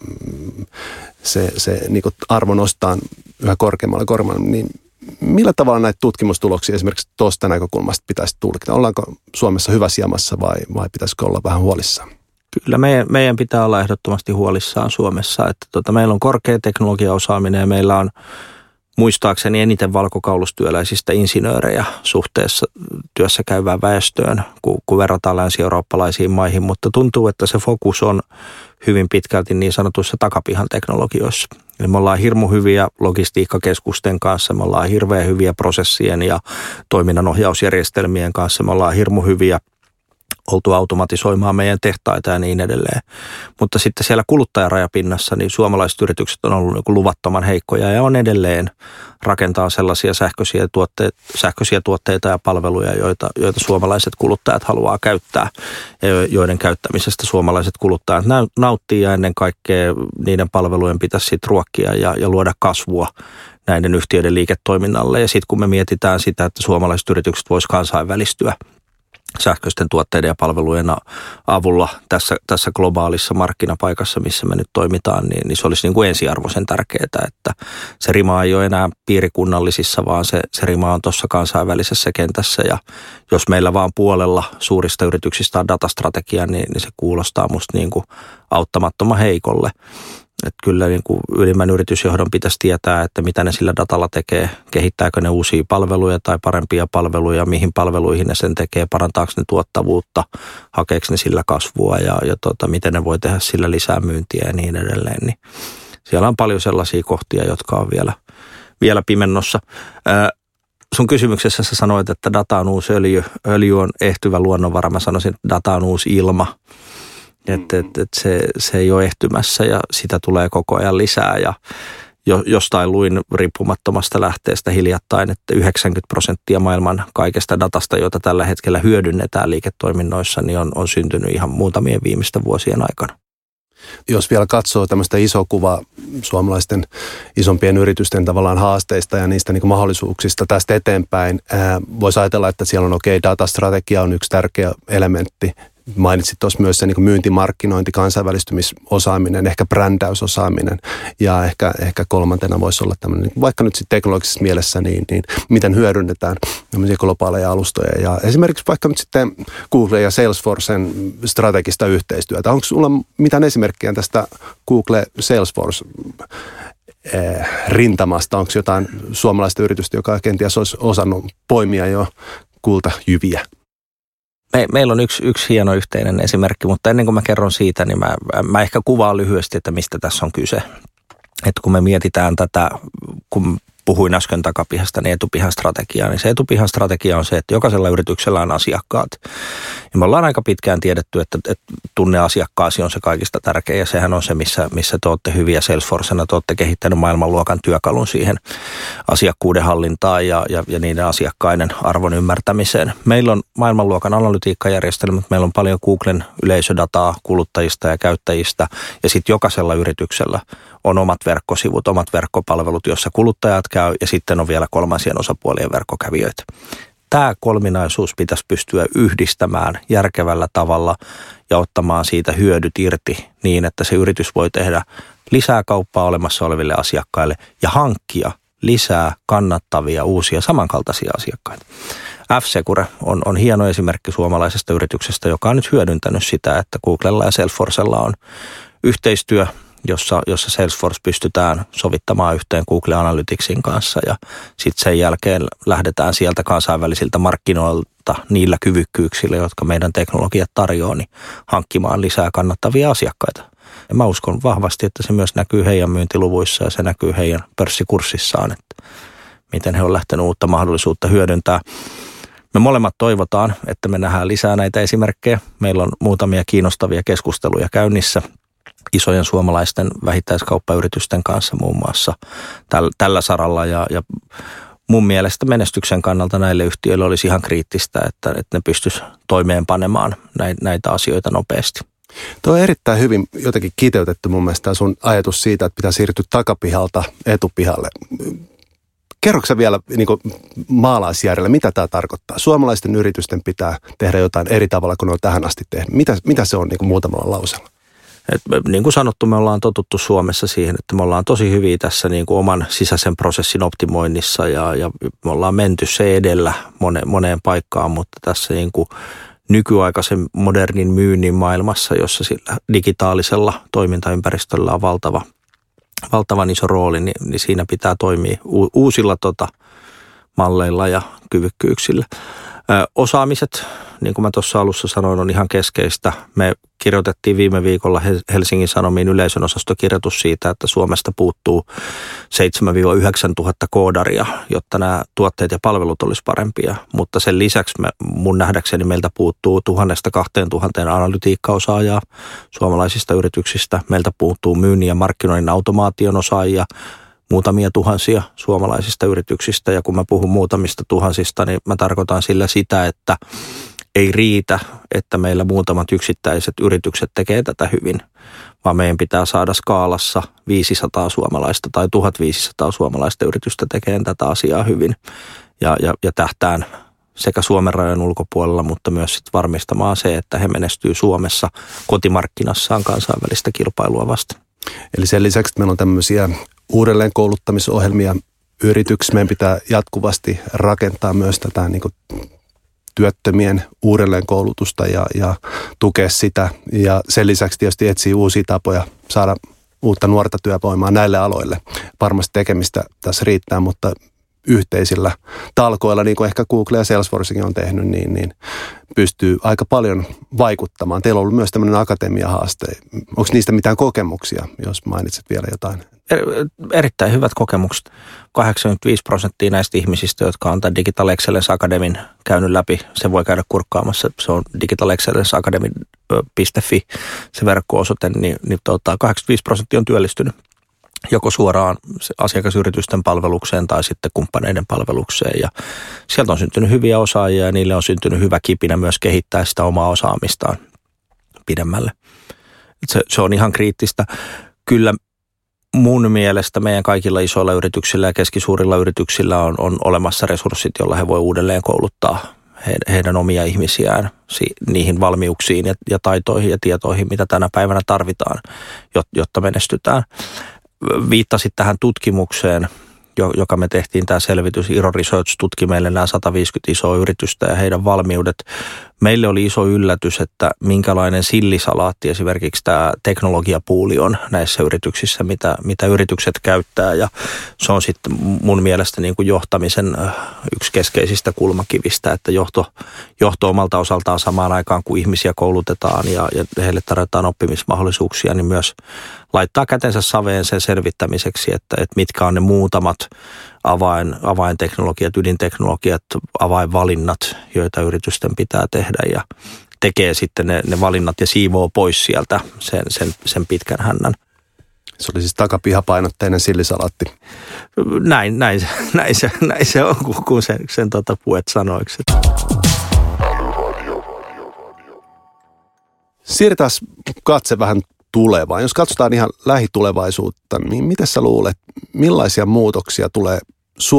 se niin kuin arvo nostaa yhä korkeammalle. Niin millä tavalla näitä tutkimustuloksia esimerkiksi tuosta näkökulmasta pitäisi tulkita? Ollaanko Suomessa hyvässä jamassa vai pitäisikö olla vähän huolissaan? Kyllä meidän pitää olla ehdottomasti huolissaan Suomessa. Että meillä on korkea teknologiaosaaminen ja meillä on muistaakseni eniten valkokaulustyöläisistä insinöörejä suhteessa työssä käyvään väestöön, kun verrataan länsi-eurooppalaisiin maihin, mutta tuntuu, että se fokus on hyvin pitkälti niin sanotuissa takapihan teknologioissa. Eli me ollaan hirmu hyviä logistiikkakeskusten kanssa, me ollaan hirveän hyviä prosessien ja toiminnanohjausjärjestelmien kanssa, me ollaan hirmu hyviä oltu automatisoimaan meidän tehtaita ja niin edelleen. Mutta sitten siellä kuluttajarajapinnassa niin suomalaiset yritykset on ollut niin kuin luvattoman heikkoja ja on edelleen rakentaa sellaisia sähköisiä tuotteita ja palveluja, joita suomalaiset kuluttajat haluaa käyttää ja joiden käyttämisestä suomalaiset kuluttajat nauttii ja ennen kaikkea niiden palvelujen pitäisi sitten ruokkia ja luoda kasvua näiden yhtiöiden liiketoiminnalle. Ja sitten kun me mietitään sitä, että suomalaiset yritykset vois kansainvälistyä sähköisten tuotteiden ja palvelujen avulla tässä globaalissa markkinapaikassa, missä me nyt toimitaan, niin se olisi niin kuin ensiarvoisen tärkeää, että se rima ei ole enää piirikunnallisissa, vaan se rima on tuossa kansainvälisessä kentässä. Ja jos meillä vaan puolella suurista yrityksistä on datastrategia, niin se kuulostaa musta niin kuin auttamattoman heikolle. Että kyllä niin kuin ylimmän yritysjohdon pitäisi tietää, että mitä ne sillä datalla tekee, kehittääkö ne uusia palveluja tai parempia palveluja, mihin palveluihin ne sen tekee, parantaako ne tuottavuutta, hakeeko ne sillä kasvua ja miten ne voi tehdä sillä lisää myyntiä ja niin edelleen. Niin siellä on paljon sellaisia kohtia, jotka on vielä pimennossa. Sun kysymyksessä sä sanoit, että data on uusi öljy. Öljy on ehtyvä luonnonvara. Mä sanoisin, että data on uusi ilma. Että se ei ole ehtymässä ja sitä tulee koko ajan lisää ja jostain luin riippumattomasta lähteestä hiljattain, että 90% maailman kaikesta datasta, jota tällä hetkellä hyödynnetään liiketoiminnoissa, niin on syntynyt ihan muutamien viimeisten vuosien aikana. Jos vielä katsoo tämmöistä isoa kuvaa suomalaisten isompien yritysten tavallaan haasteista ja niistä niin kuin mahdollisuuksista tästä eteenpäin, voisi ajatella, että siellä on datastrategia on yksi tärkeä elementti. Mainitsit tuossa myös se niin kuin myyntimarkkinointi, kansainvälistymisosaaminen, ehkä brändäysosaaminen ja ehkä kolmantena voisi olla tämmöinen, vaikka nyt sitten teknologisessa mielessä, niin miten hyödynnetään tämmöisiä globaaleja alustoja ja esimerkiksi vaikka nyt sitten Google ja Salesforcen strategista yhteistyötä. Onko sulla mitään esimerkkiä tästä Google Salesforce rintamasta? Onko jotain suomalaista yritystä, joka kenties olisi osannut poimia jo kultajyviä? Meillä on yksi hieno yhteinen esimerkki, mutta ennen kuin mä kerron siitä, niin mä ehkä kuvaan lyhyesti, että mistä tässä on kyse. Että kun me mietitään tätä, kun puhuin äsken takapihasta, niin etupihan strategiaa, niin se etupihan strategia on se, että jokaisella yrityksellä on asiakkaat. Ja me ollaan aika pitkään tiedetty, että tunne asiakkaasi on se kaikista tärkein ja sehän on se, missä te olette hyviä Salesforcena, te olette kehittänyt maailmanluokan työkalun siihen asiakkuuden hallintaan ja niiden asiakkaiden arvon ymmärtämiseen. Meillä on maailmanluokan analytiikkajärjestelmät, meillä on paljon Googlen yleisödataa kuluttajista ja käyttäjistä ja sitten jokaisella yrityksellä on omat verkkosivut, omat verkkopalvelut, joissa kuluttajat käy ja sitten on vielä kolmansien osapuolien verkkokävijöitä. Tämä kolminaisuus pitäisi pystyä yhdistämään järkevällä tavalla ja ottamaan siitä hyödyt irti niin, että se yritys voi tehdä lisää kauppaa olemassa oleville asiakkaille ja hankkia lisää kannattavia uusia samankaltaisia asiakkaita. F-Secure on hieno esimerkki suomalaisesta yrityksestä, joka on nyt hyödyntänyt sitä, että Googlella ja Salesforcella on yhteistyö, jossa Salesforce pystytään sovittamaan yhteen Google Analyticsin kanssa ja sitten sen jälkeen lähdetään sieltä kansainvälisiltä markkinoilta niillä kyvykkyyksillä, jotka meidän teknologiat tarjoaa, niin hankkimaan lisää kannattavia asiakkaita. Ja mä uskon vahvasti, että se myös näkyy heidän myyntiluvuissa ja se näkyy heidän pörssikurssissaan, että miten he on lähtenyt uutta mahdollisuutta hyödyntää. Me molemmat toivotaan, että me nähdään lisää näitä esimerkkejä. Meillä on muutamia kiinnostavia keskusteluja käynnissä isojen suomalaisten vähittäiskauppayritysten kanssa muun muassa tällä saralla. Ja mun mielestä menestyksen kannalta näille yhtiöille olisi ihan kriittistä, että ne pystyisi toimeenpanemaan näitä asioita nopeasti. Tuo on erittäin hyvin jotenkin kiteytetty mun mielestä sun ajatus siitä, että pitää siirtyä takapihalta etupihalle. Kerroksä vielä niin kuin maalaisjärjellä, mitä tämä tarkoittaa? Suomalaisten yritysten pitää tehdä jotain eri tavalla kuin ne on tähän asti tehnyt. Mitä se on niin kuin muutamalla lauseella? Niin kuin sanottu, me ollaan totuttu Suomessa siihen, että me ollaan tosi hyviä tässä niin kuin oman sisäisen prosessin optimoinnissa ja me ollaan menty se edellä moneen paikkaan, mutta tässä niin kuin nykyaikaisen modernin myynnin maailmassa, jossa sillä digitaalisella toimintaympäristöllä on valtavan iso rooli, niin siinä pitää toimia uusilla malleilla ja kyvykkyyksillä. Osaamiset, niin kuin mä tuossa alussa sanoin, on ihan keskeistä. Me kirjoitettiin viime viikolla Helsingin Sanomiin yleisön osastokirjoitus siitä, että Suomesta puuttuu 7-9 tuhatta koodaria, jotta nämä tuotteet ja palvelut olisi parempia. Mutta sen lisäksi mun nähdäkseni meiltä puuttuu 1000-2000 analytiikkaosaajaa suomalaisista yrityksistä. Meiltä puuttuu myynnin ja markkinoinnin automaation osaajia, muutamia tuhansia suomalaisista yrityksistä, ja kun mä puhun muutamista tuhansista, niin mä tarkoitan sillä sitä, että ei riitä, että meillä muutamat yksittäiset yritykset tekee tätä hyvin, vaan meidän pitää saada skaalassa 500 suomalaista tai 1500 suomalaista yritystä tekemään tätä asiaa hyvin, ja tähtään sekä Suomen rajojen ulkopuolella, mutta myös sit varmistamaan se, että he menestyy Suomessa kotimarkkinassaan kansainvälistä kilpailua vastaan. Eli sen lisäksi, että meillä on tämmöisiä uudelleenkouluttamisohjelmia yrityksissä, meidän pitää jatkuvasti rakentaa myös tätä niin kuin työttömien uudelleenkoulutusta ja tukea sitä. Ja sen lisäksi tietysti etsii uusia tapoja saada uutta nuorta työvoimaa näille aloille. Varmasti tekemistä tässä riittää, mutta yhteisillä talkoilla, niin kuin ehkä Google ja Salesforcekin on tehnyt, niin pystyy aika paljon vaikuttamaan. Teillä on ollut myös tämmöinen akatemiahaaste. Onko niistä mitään kokemuksia, jos mainitset vielä jotain? Erittäin hyvät kokemukset. 85% näistä ihmisistä, jotka on tämän Digital Excellence Academyn käynyt läpi, se voi käydä kurkkaamassa. Se on digitalexcellenceacademy.fi, se verkko-osoite, niin 85% on työllistynyt joko suoraan asiakasyritysten palvelukseen tai sitten kumppaneiden palvelukseen. Ja sieltä on syntynyt hyviä osaajia ja niille on syntynyt hyvä kipinä myös kehittää sitä omaa osaamistaan pidemmälle. Se on ihan kriittistä. Kyllä mun mielestä meidän kaikilla isoilla yrityksillä ja keskisuurilla yrityksillä on olemassa resurssit, joilla he voi uudelleen kouluttaa heidän omia ihmisiään niihin valmiuksiin ja taitoihin ja tietoihin, mitä tänä päivänä tarvitaan, jotta menestytään. Viittasit tähän tutkimukseen, joka me tehtiin, tämä selvitys. Iro Research tutki meille nämä 150 isoa yritystä ja heidän valmiudet. Meille oli iso yllätys, että minkälainen sillisalaatti esimerkiksi tämä teknologiapuuli on näissä yrityksissä, mitä yritykset käyttää. Ja se on sitten mun mielestä niin kuin johtamisen yksi keskeisistä kulmakivistä, että johto omalta osaltaan samaan aikaan, kun ihmisiä koulutetaan ja heille tarjotaan oppimismahdollisuuksia, niin myös laittaa kätensä saveen sen selvittämiseksi, että mitkä on ne muutamat avainteknologiat, ydinteknologiat, avainvalinnat, joita yritysten pitää tehdä ja tekee sitten ne valinnat ja siivoo pois sieltä sen pitkän hännän. Se oli siis takapihapainotteinen sillisalaatti. Näin se on, kun sen puet sanoiksi. Siirretään katse vähän tulevaan. Jos katsotaan ihan lähitulevaisuutta, niin miten sä luulet, millaisia muutoksia tulee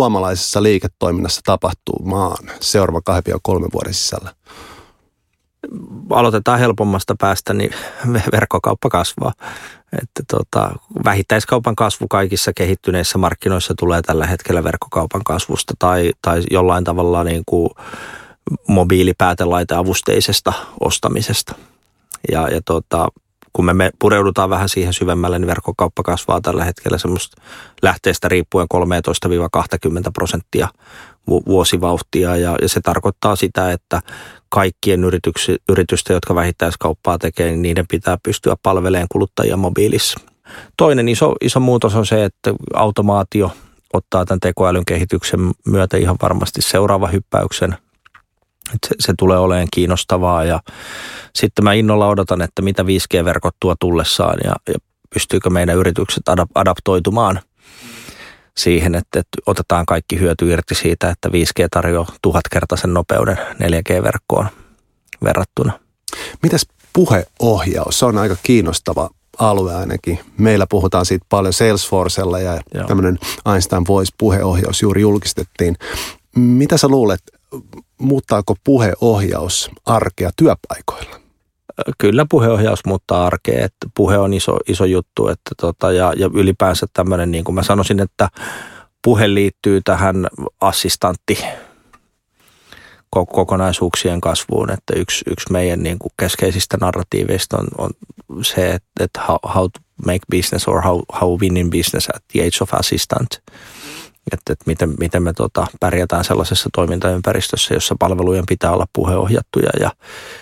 suomalaisessa liiketoiminnassa tapahtumaan seuraavan 2-3 vuoden sisällä? aloitetaan helpommasta päästä, niin verkkokauppa kasvaa. Että vähittäiskaupan kasvu kaikissa kehittyneissä markkinoissa tulee tällä hetkellä verkkokaupan kasvusta tai jollain tavalla niin kuin mobiilipäätelaiteavusteisesta ostamisesta. Ja kun me pureudutaan vähän siihen syvemmälle, niin verkkokauppa kasvaa tällä hetkellä semmoista lähteestä riippuen 13-20% vuosivauhtia. Ja se tarkoittaa sitä, että kaikkien yritysten, jotka vähittäiskauppaa tekee, niin niiden pitää pystyä palvelemaan kuluttajia mobiilissa. Toinen iso muutos on se, että automaatio ottaa tämän tekoälyn kehityksen myötä ihan varmasti seuraava hyppäyksen. Se tulee olemaan kiinnostavaa ja sitten mä innolla odotan, että mitä 5G-verkot tuo tullessaan ja pystyykö meidän yritykset adaptoitumaan siihen, että otetaan kaikki hyöty irti siitä, että 5G tarjoaa 1000-kertaisen nopeuden 4G-verkkoon verrattuna. Mitäs puheohjaus? Se on aika kiinnostava alue ainakin. Meillä puhutaan siitä paljon Salesforcella ja tämmöinen Einstein Voice-puheohjaus juuri julkistettiin. Mitä sä luulet, muuttaako puheohjaus arkea työpaikoilla? Kyllä puheohjaus muuttaa arkea, että puhe on iso juttu ja ylipäänsä tämmöinen, niin kuin mä sanoisin, että puhe liittyy tähän kokonaisuuksien kasvuun, että yksi meidän niin kuin keskeisistä narratiiveista on se, että how to make business or how win in business at the age of assistant. Että miten me pärjätään sellaisessa toimintaympäristössä, jossa palvelujen pitää olla puheohjattuja. Ja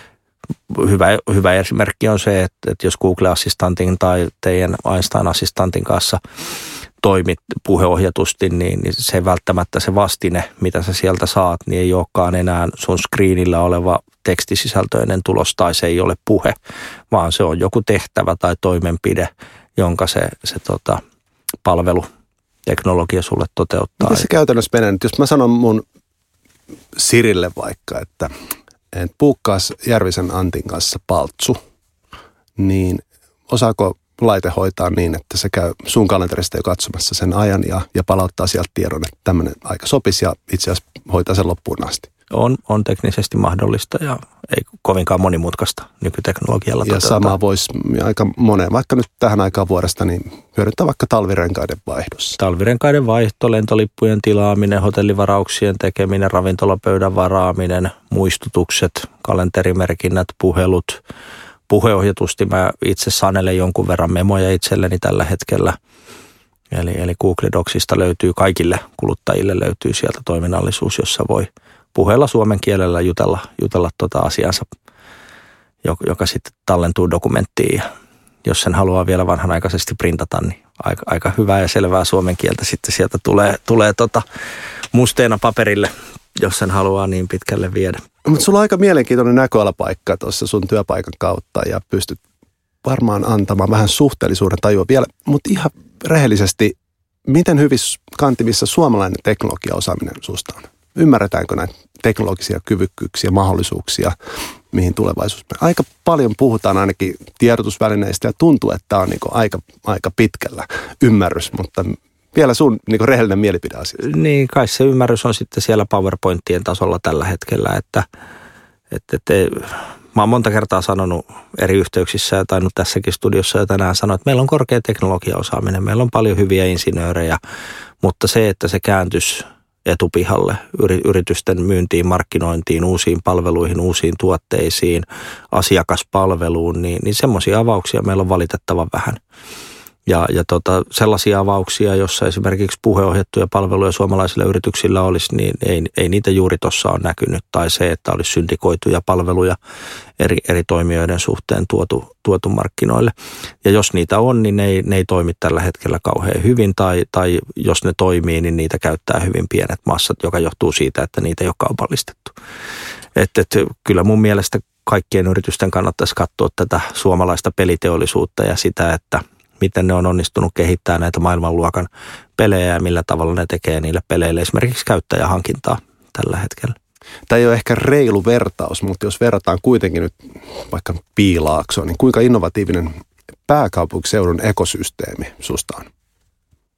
hyvä esimerkki on se, että jos Google-assistantin tai teidän Einstein-assistantin kanssa toimit puheohjatusti, niin se välttämättä se vastine, mitä sä sieltä saat, niin ei olekaan enää sun screenillä oleva tekstisisältöinen tulos tai se ei ole puhe, vaan se on joku tehtävä tai toimenpide, jonka se palvelu teknologia sulle toteuttaa. Miten se käytännössä menee? Jos mä sanon mun Sirille vaikka, että puukkaas Järvisen Antin kanssa paltsu, niin osaako laite hoitaa niin, että se käy sun kalenterista jo katsomassa sen ajan ja palauttaa sieltä tiedon, että tämmöinen aika sopisi ja itse asiassa hoitaa sen loppuun asti? On teknisesti mahdollista ja ei kovinkaan monimutkaista nykyteknologialla toteuttaa. Ja sama voisi aika moneen, vaikka nyt tähän aikaan vuodesta, niin hyödyntää vaikka talvirenkaiden vaihdossa. Talvirenkaiden vaihto, lentolippujen tilaaminen, hotellivarauksien tekeminen, ravintolapöydän varaaminen, muistutukset, kalenterimerkinnät, puhelut, puheohjatusti. Mä itse sanelen jonkun verran memoja itselleni tällä hetkellä. Eli Google Docsista löytyy kaikille kuluttajille löytyy sieltä toiminnallisuus, jossa voi puheella suomen kielellä jutella asiansa, joka sitten tallentuu dokumenttiin. Ja jos sen haluaa vielä vanhanaikaisesti printata, niin aika hyvää ja selvää suomen kieltä sitten sieltä tulee musteena paperille, jos sen haluaa niin pitkälle viedä. Mutta sulla on aika mielenkiintoinen näköalapaikka tuossa sun työpaikan kautta ja pystyt varmaan antamaan vähän suhteellisuuden tajua vielä, mutta ihan rehellisesti, miten hyvissä kantimissa suomalainen teknologiaosaaminen susta on? Ymmärretäänkö näitä teknologisia kyvykkyyksiä, mahdollisuuksia, mihin tulevaisuus menee? Aika paljon puhutaan ainakin tiedotusvälineistä ja tuntuu, että tämä on aika pitkällä ymmärrys, mutta vielä sun rehellinen mielipide asiasta. Niin, kai se ymmärrys on sitten siellä PowerPointien tasolla tällä hetkellä, että mä oon monta kertaa sanonut eri yhteyksissä ja tainnut tässäkin studiossa jo tänään sanoa, että meillä on korkea teknologiaosaaminen, meillä on paljon hyviä insinöörejä, mutta se, että se kääntyisi etupihalle yritysten myyntiin, markkinointiin, uusiin palveluihin, uusiin tuotteisiin, asiakaspalveluun, niin semmoisia avauksia meillä on valitettavan vähän. Ja sellaisia avauksia, jossa esimerkiksi puheohjattuja palveluja suomalaisilla yrityksillä olisi, niin ei niitä juuri tuossa ole näkynyt. Tai se, että olisi syndikoituja palveluja eri toimijoiden suhteen tuotu markkinoille. Ja jos niitä on, niin ne ei toimi tällä hetkellä kauhean hyvin. Tai jos ne toimii, niin niitä käyttää hyvin pienet massat, joka johtuu siitä, että niitä ei ole kaupallistettu. Että kyllä mun mielestä kaikkien yritysten kannattaisi katsoa tätä suomalaista peliteollisuutta ja sitä, että miten ne on onnistunut kehittämään näitä maailmanluokan pelejä ja millä tavalla ne tekee niille peleille esimerkiksi käyttäjähankintaa tällä hetkellä. Tämä ei ole ehkä reilu vertaus, mutta jos verrataan kuitenkin nyt vaikka Piilaaksoon, niin kuinka innovatiivinen pääkaupunkiseudun ekosysteemi susta on?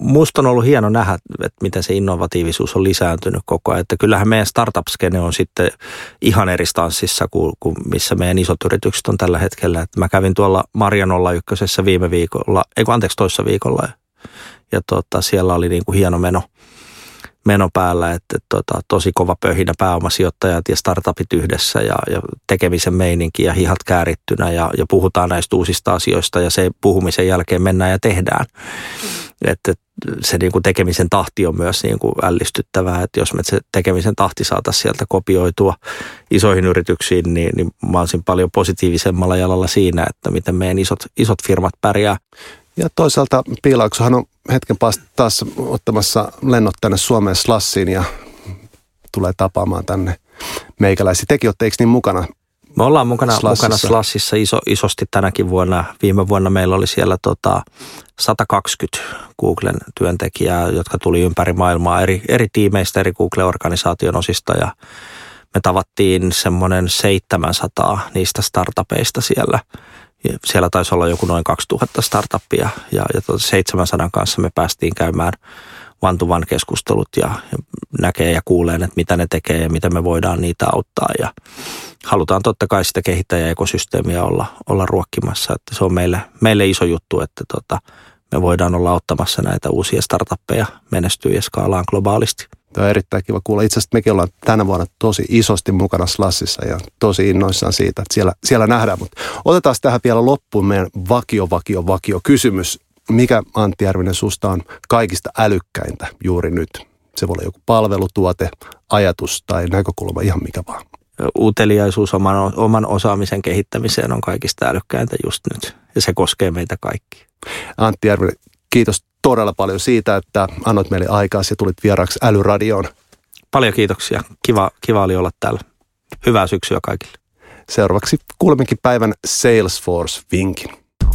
musta on ollut hieno nähdä, että miten se innovatiivisuus on lisääntynyt koko ajan. Että kyllähän meidän startup-skene on sitten ihan eri stanssissa kuin missä meidän isot yritykset on tällä hetkellä. Että mä kävin tuolla Marja 01 toissa viikolla ja siellä oli niin kuin hieno meno päällä, että tosi kova pöhinä pääomasijoittajat ja startupit yhdessä ja tekemisen meininki ja hihat käärittynä ja puhutaan näistä uusista asioista ja se puhumisen jälkeen mennään ja tehdään. Että se niin kuin tekemisen tahti on myös niin kuin ällistyttävää, että jos me se tekemisen tahti saataisiin sieltä kopioitua isoihin yrityksiin, niin mä olisin paljon positiivisemmalla jalalla siinä, että miten meidän isot firmat pärjää. Ja toisaalta Piilaaksohan on hetken päästä taas ottamassa lennot tänne Suomeen Slushiin ja tulee tapaamaan tänne meikäläisiä. Tekin olette, eikö niin mukana? Me ollaan mukana Slushissa isosti tänäkin vuonna. Viime vuonna meillä oli siellä 120 Googlen työntekijää, jotka tuli ympäri maailmaa eri tiimeistä, eri Google-organisaation osista ja me tavattiin semmoinen 700 niistä startupeista siellä. Siellä taisi olla joku noin 2000 startuppia ja 700 kanssa me päästiin käymään one-to-one keskustelut ja näkee ja kuulee, että mitä ne tekee ja miten me voidaan niitä auttaa. Ja halutaan totta kai sitä kehittäjäekosysteemiä olla ruokkimassa, että se on meille iso juttu, että me voidaan olla auttamassa näitä uusia startuppeja menestyä ja skaalaan globaalisti. Tämä on erittäin kiva kuulla. Itse asiassa mekin ollaan tänä vuonna tosi isosti mukana Slushissa ja tosi innoissaan siitä, että siellä nähdään. Mutta otetaan tähän vielä loppuun meidän vakio kysymys. Mikä, Antti Järvinen, susta on kaikista älykkäintä juuri nyt? Se voi olla joku palvelutuote, ajatus tai näkökulma, ihan mikä vaan. Uteliaisuus oman osaamisen kehittämiseen on kaikista älykkäintä just nyt ja se koskee meitä kaikkia. Antti Järvinen, kiitos todella paljon siitä, että annoit meille aikaa ja tulit vieraaksi Älyradioon. Paljon kiitoksia. Kiva oli olla täällä. Hyvää syksyä kaikille. Seuraavaksi kuulemmekin päivän Salesforce-vinkin.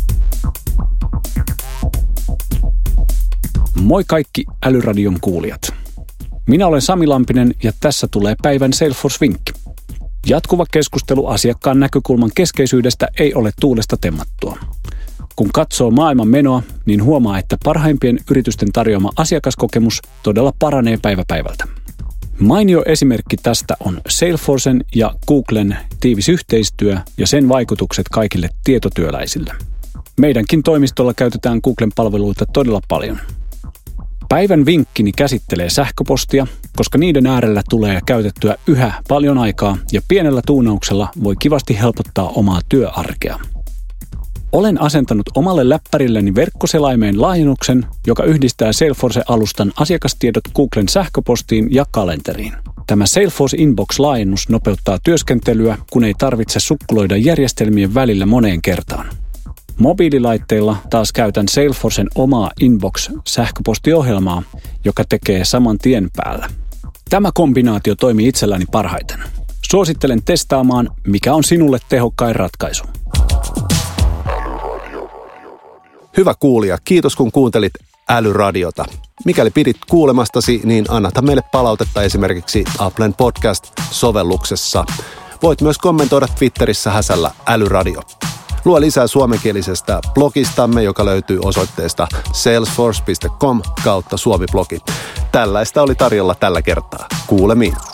Moi kaikki Älyradion kuulijat. Minä olen Sami Lampinen ja tässä tulee päivän Salesforce-vinkki. Jatkuva keskustelu asiakkaan näkökulman keskeisyydestä ei ole tuulesta temmattua. Kun katsoo maailman menoa, niin huomaa, että parhaimpien yritysten tarjoama asiakaskokemus todella paranee päivä päivältä. Mainio esimerkki tästä on Salesforcen ja Googlen tiivis yhteistyö ja sen vaikutukset kaikille tietotyöläisille. Meidänkin toimistolla käytetään Googlen palveluita todella paljon. Päivän vinkkini käsittelee sähköpostia, koska niiden äärellä tulee käytettyä yhä paljon aikaa ja pienellä tuunauksella voi kivasti helpottaa omaa työarkea. Olen asentanut omalle läppärilleni verkkoselaimeen laajennuksen, joka yhdistää Salesforce-alustan asiakastiedot Googlen sähköpostiin ja kalenteriin. Tämä Salesforce Inbox-laajennus nopeuttaa työskentelyä, kun ei tarvitse sukkuloida järjestelmien välillä moneen kertaan. Mobiililaitteilla taas käytän Salesforcen omaa Inbox-sähköpostiohjelmaa, joka tekee saman tien päällä. Tämä kombinaatio toimii itselläni parhaiten. Suosittelen testaamaan, mikä on sinulle tehokkain ratkaisu. Hyvä kuulija, kiitos kun kuuntelit Älyradiota. Mikäli pidit kuulemastasi, niin annata meille palautetta esimerkiksi Applen podcast-sovelluksessa. Voit myös kommentoida Twitterissä häsällä Älyradio. Luo lisää suomenkielisestä blogistamme, joka löytyy osoitteesta salesforce.com/suomiblogi. Tällaista oli tarjolla tällä kertaa. Kuulemiin.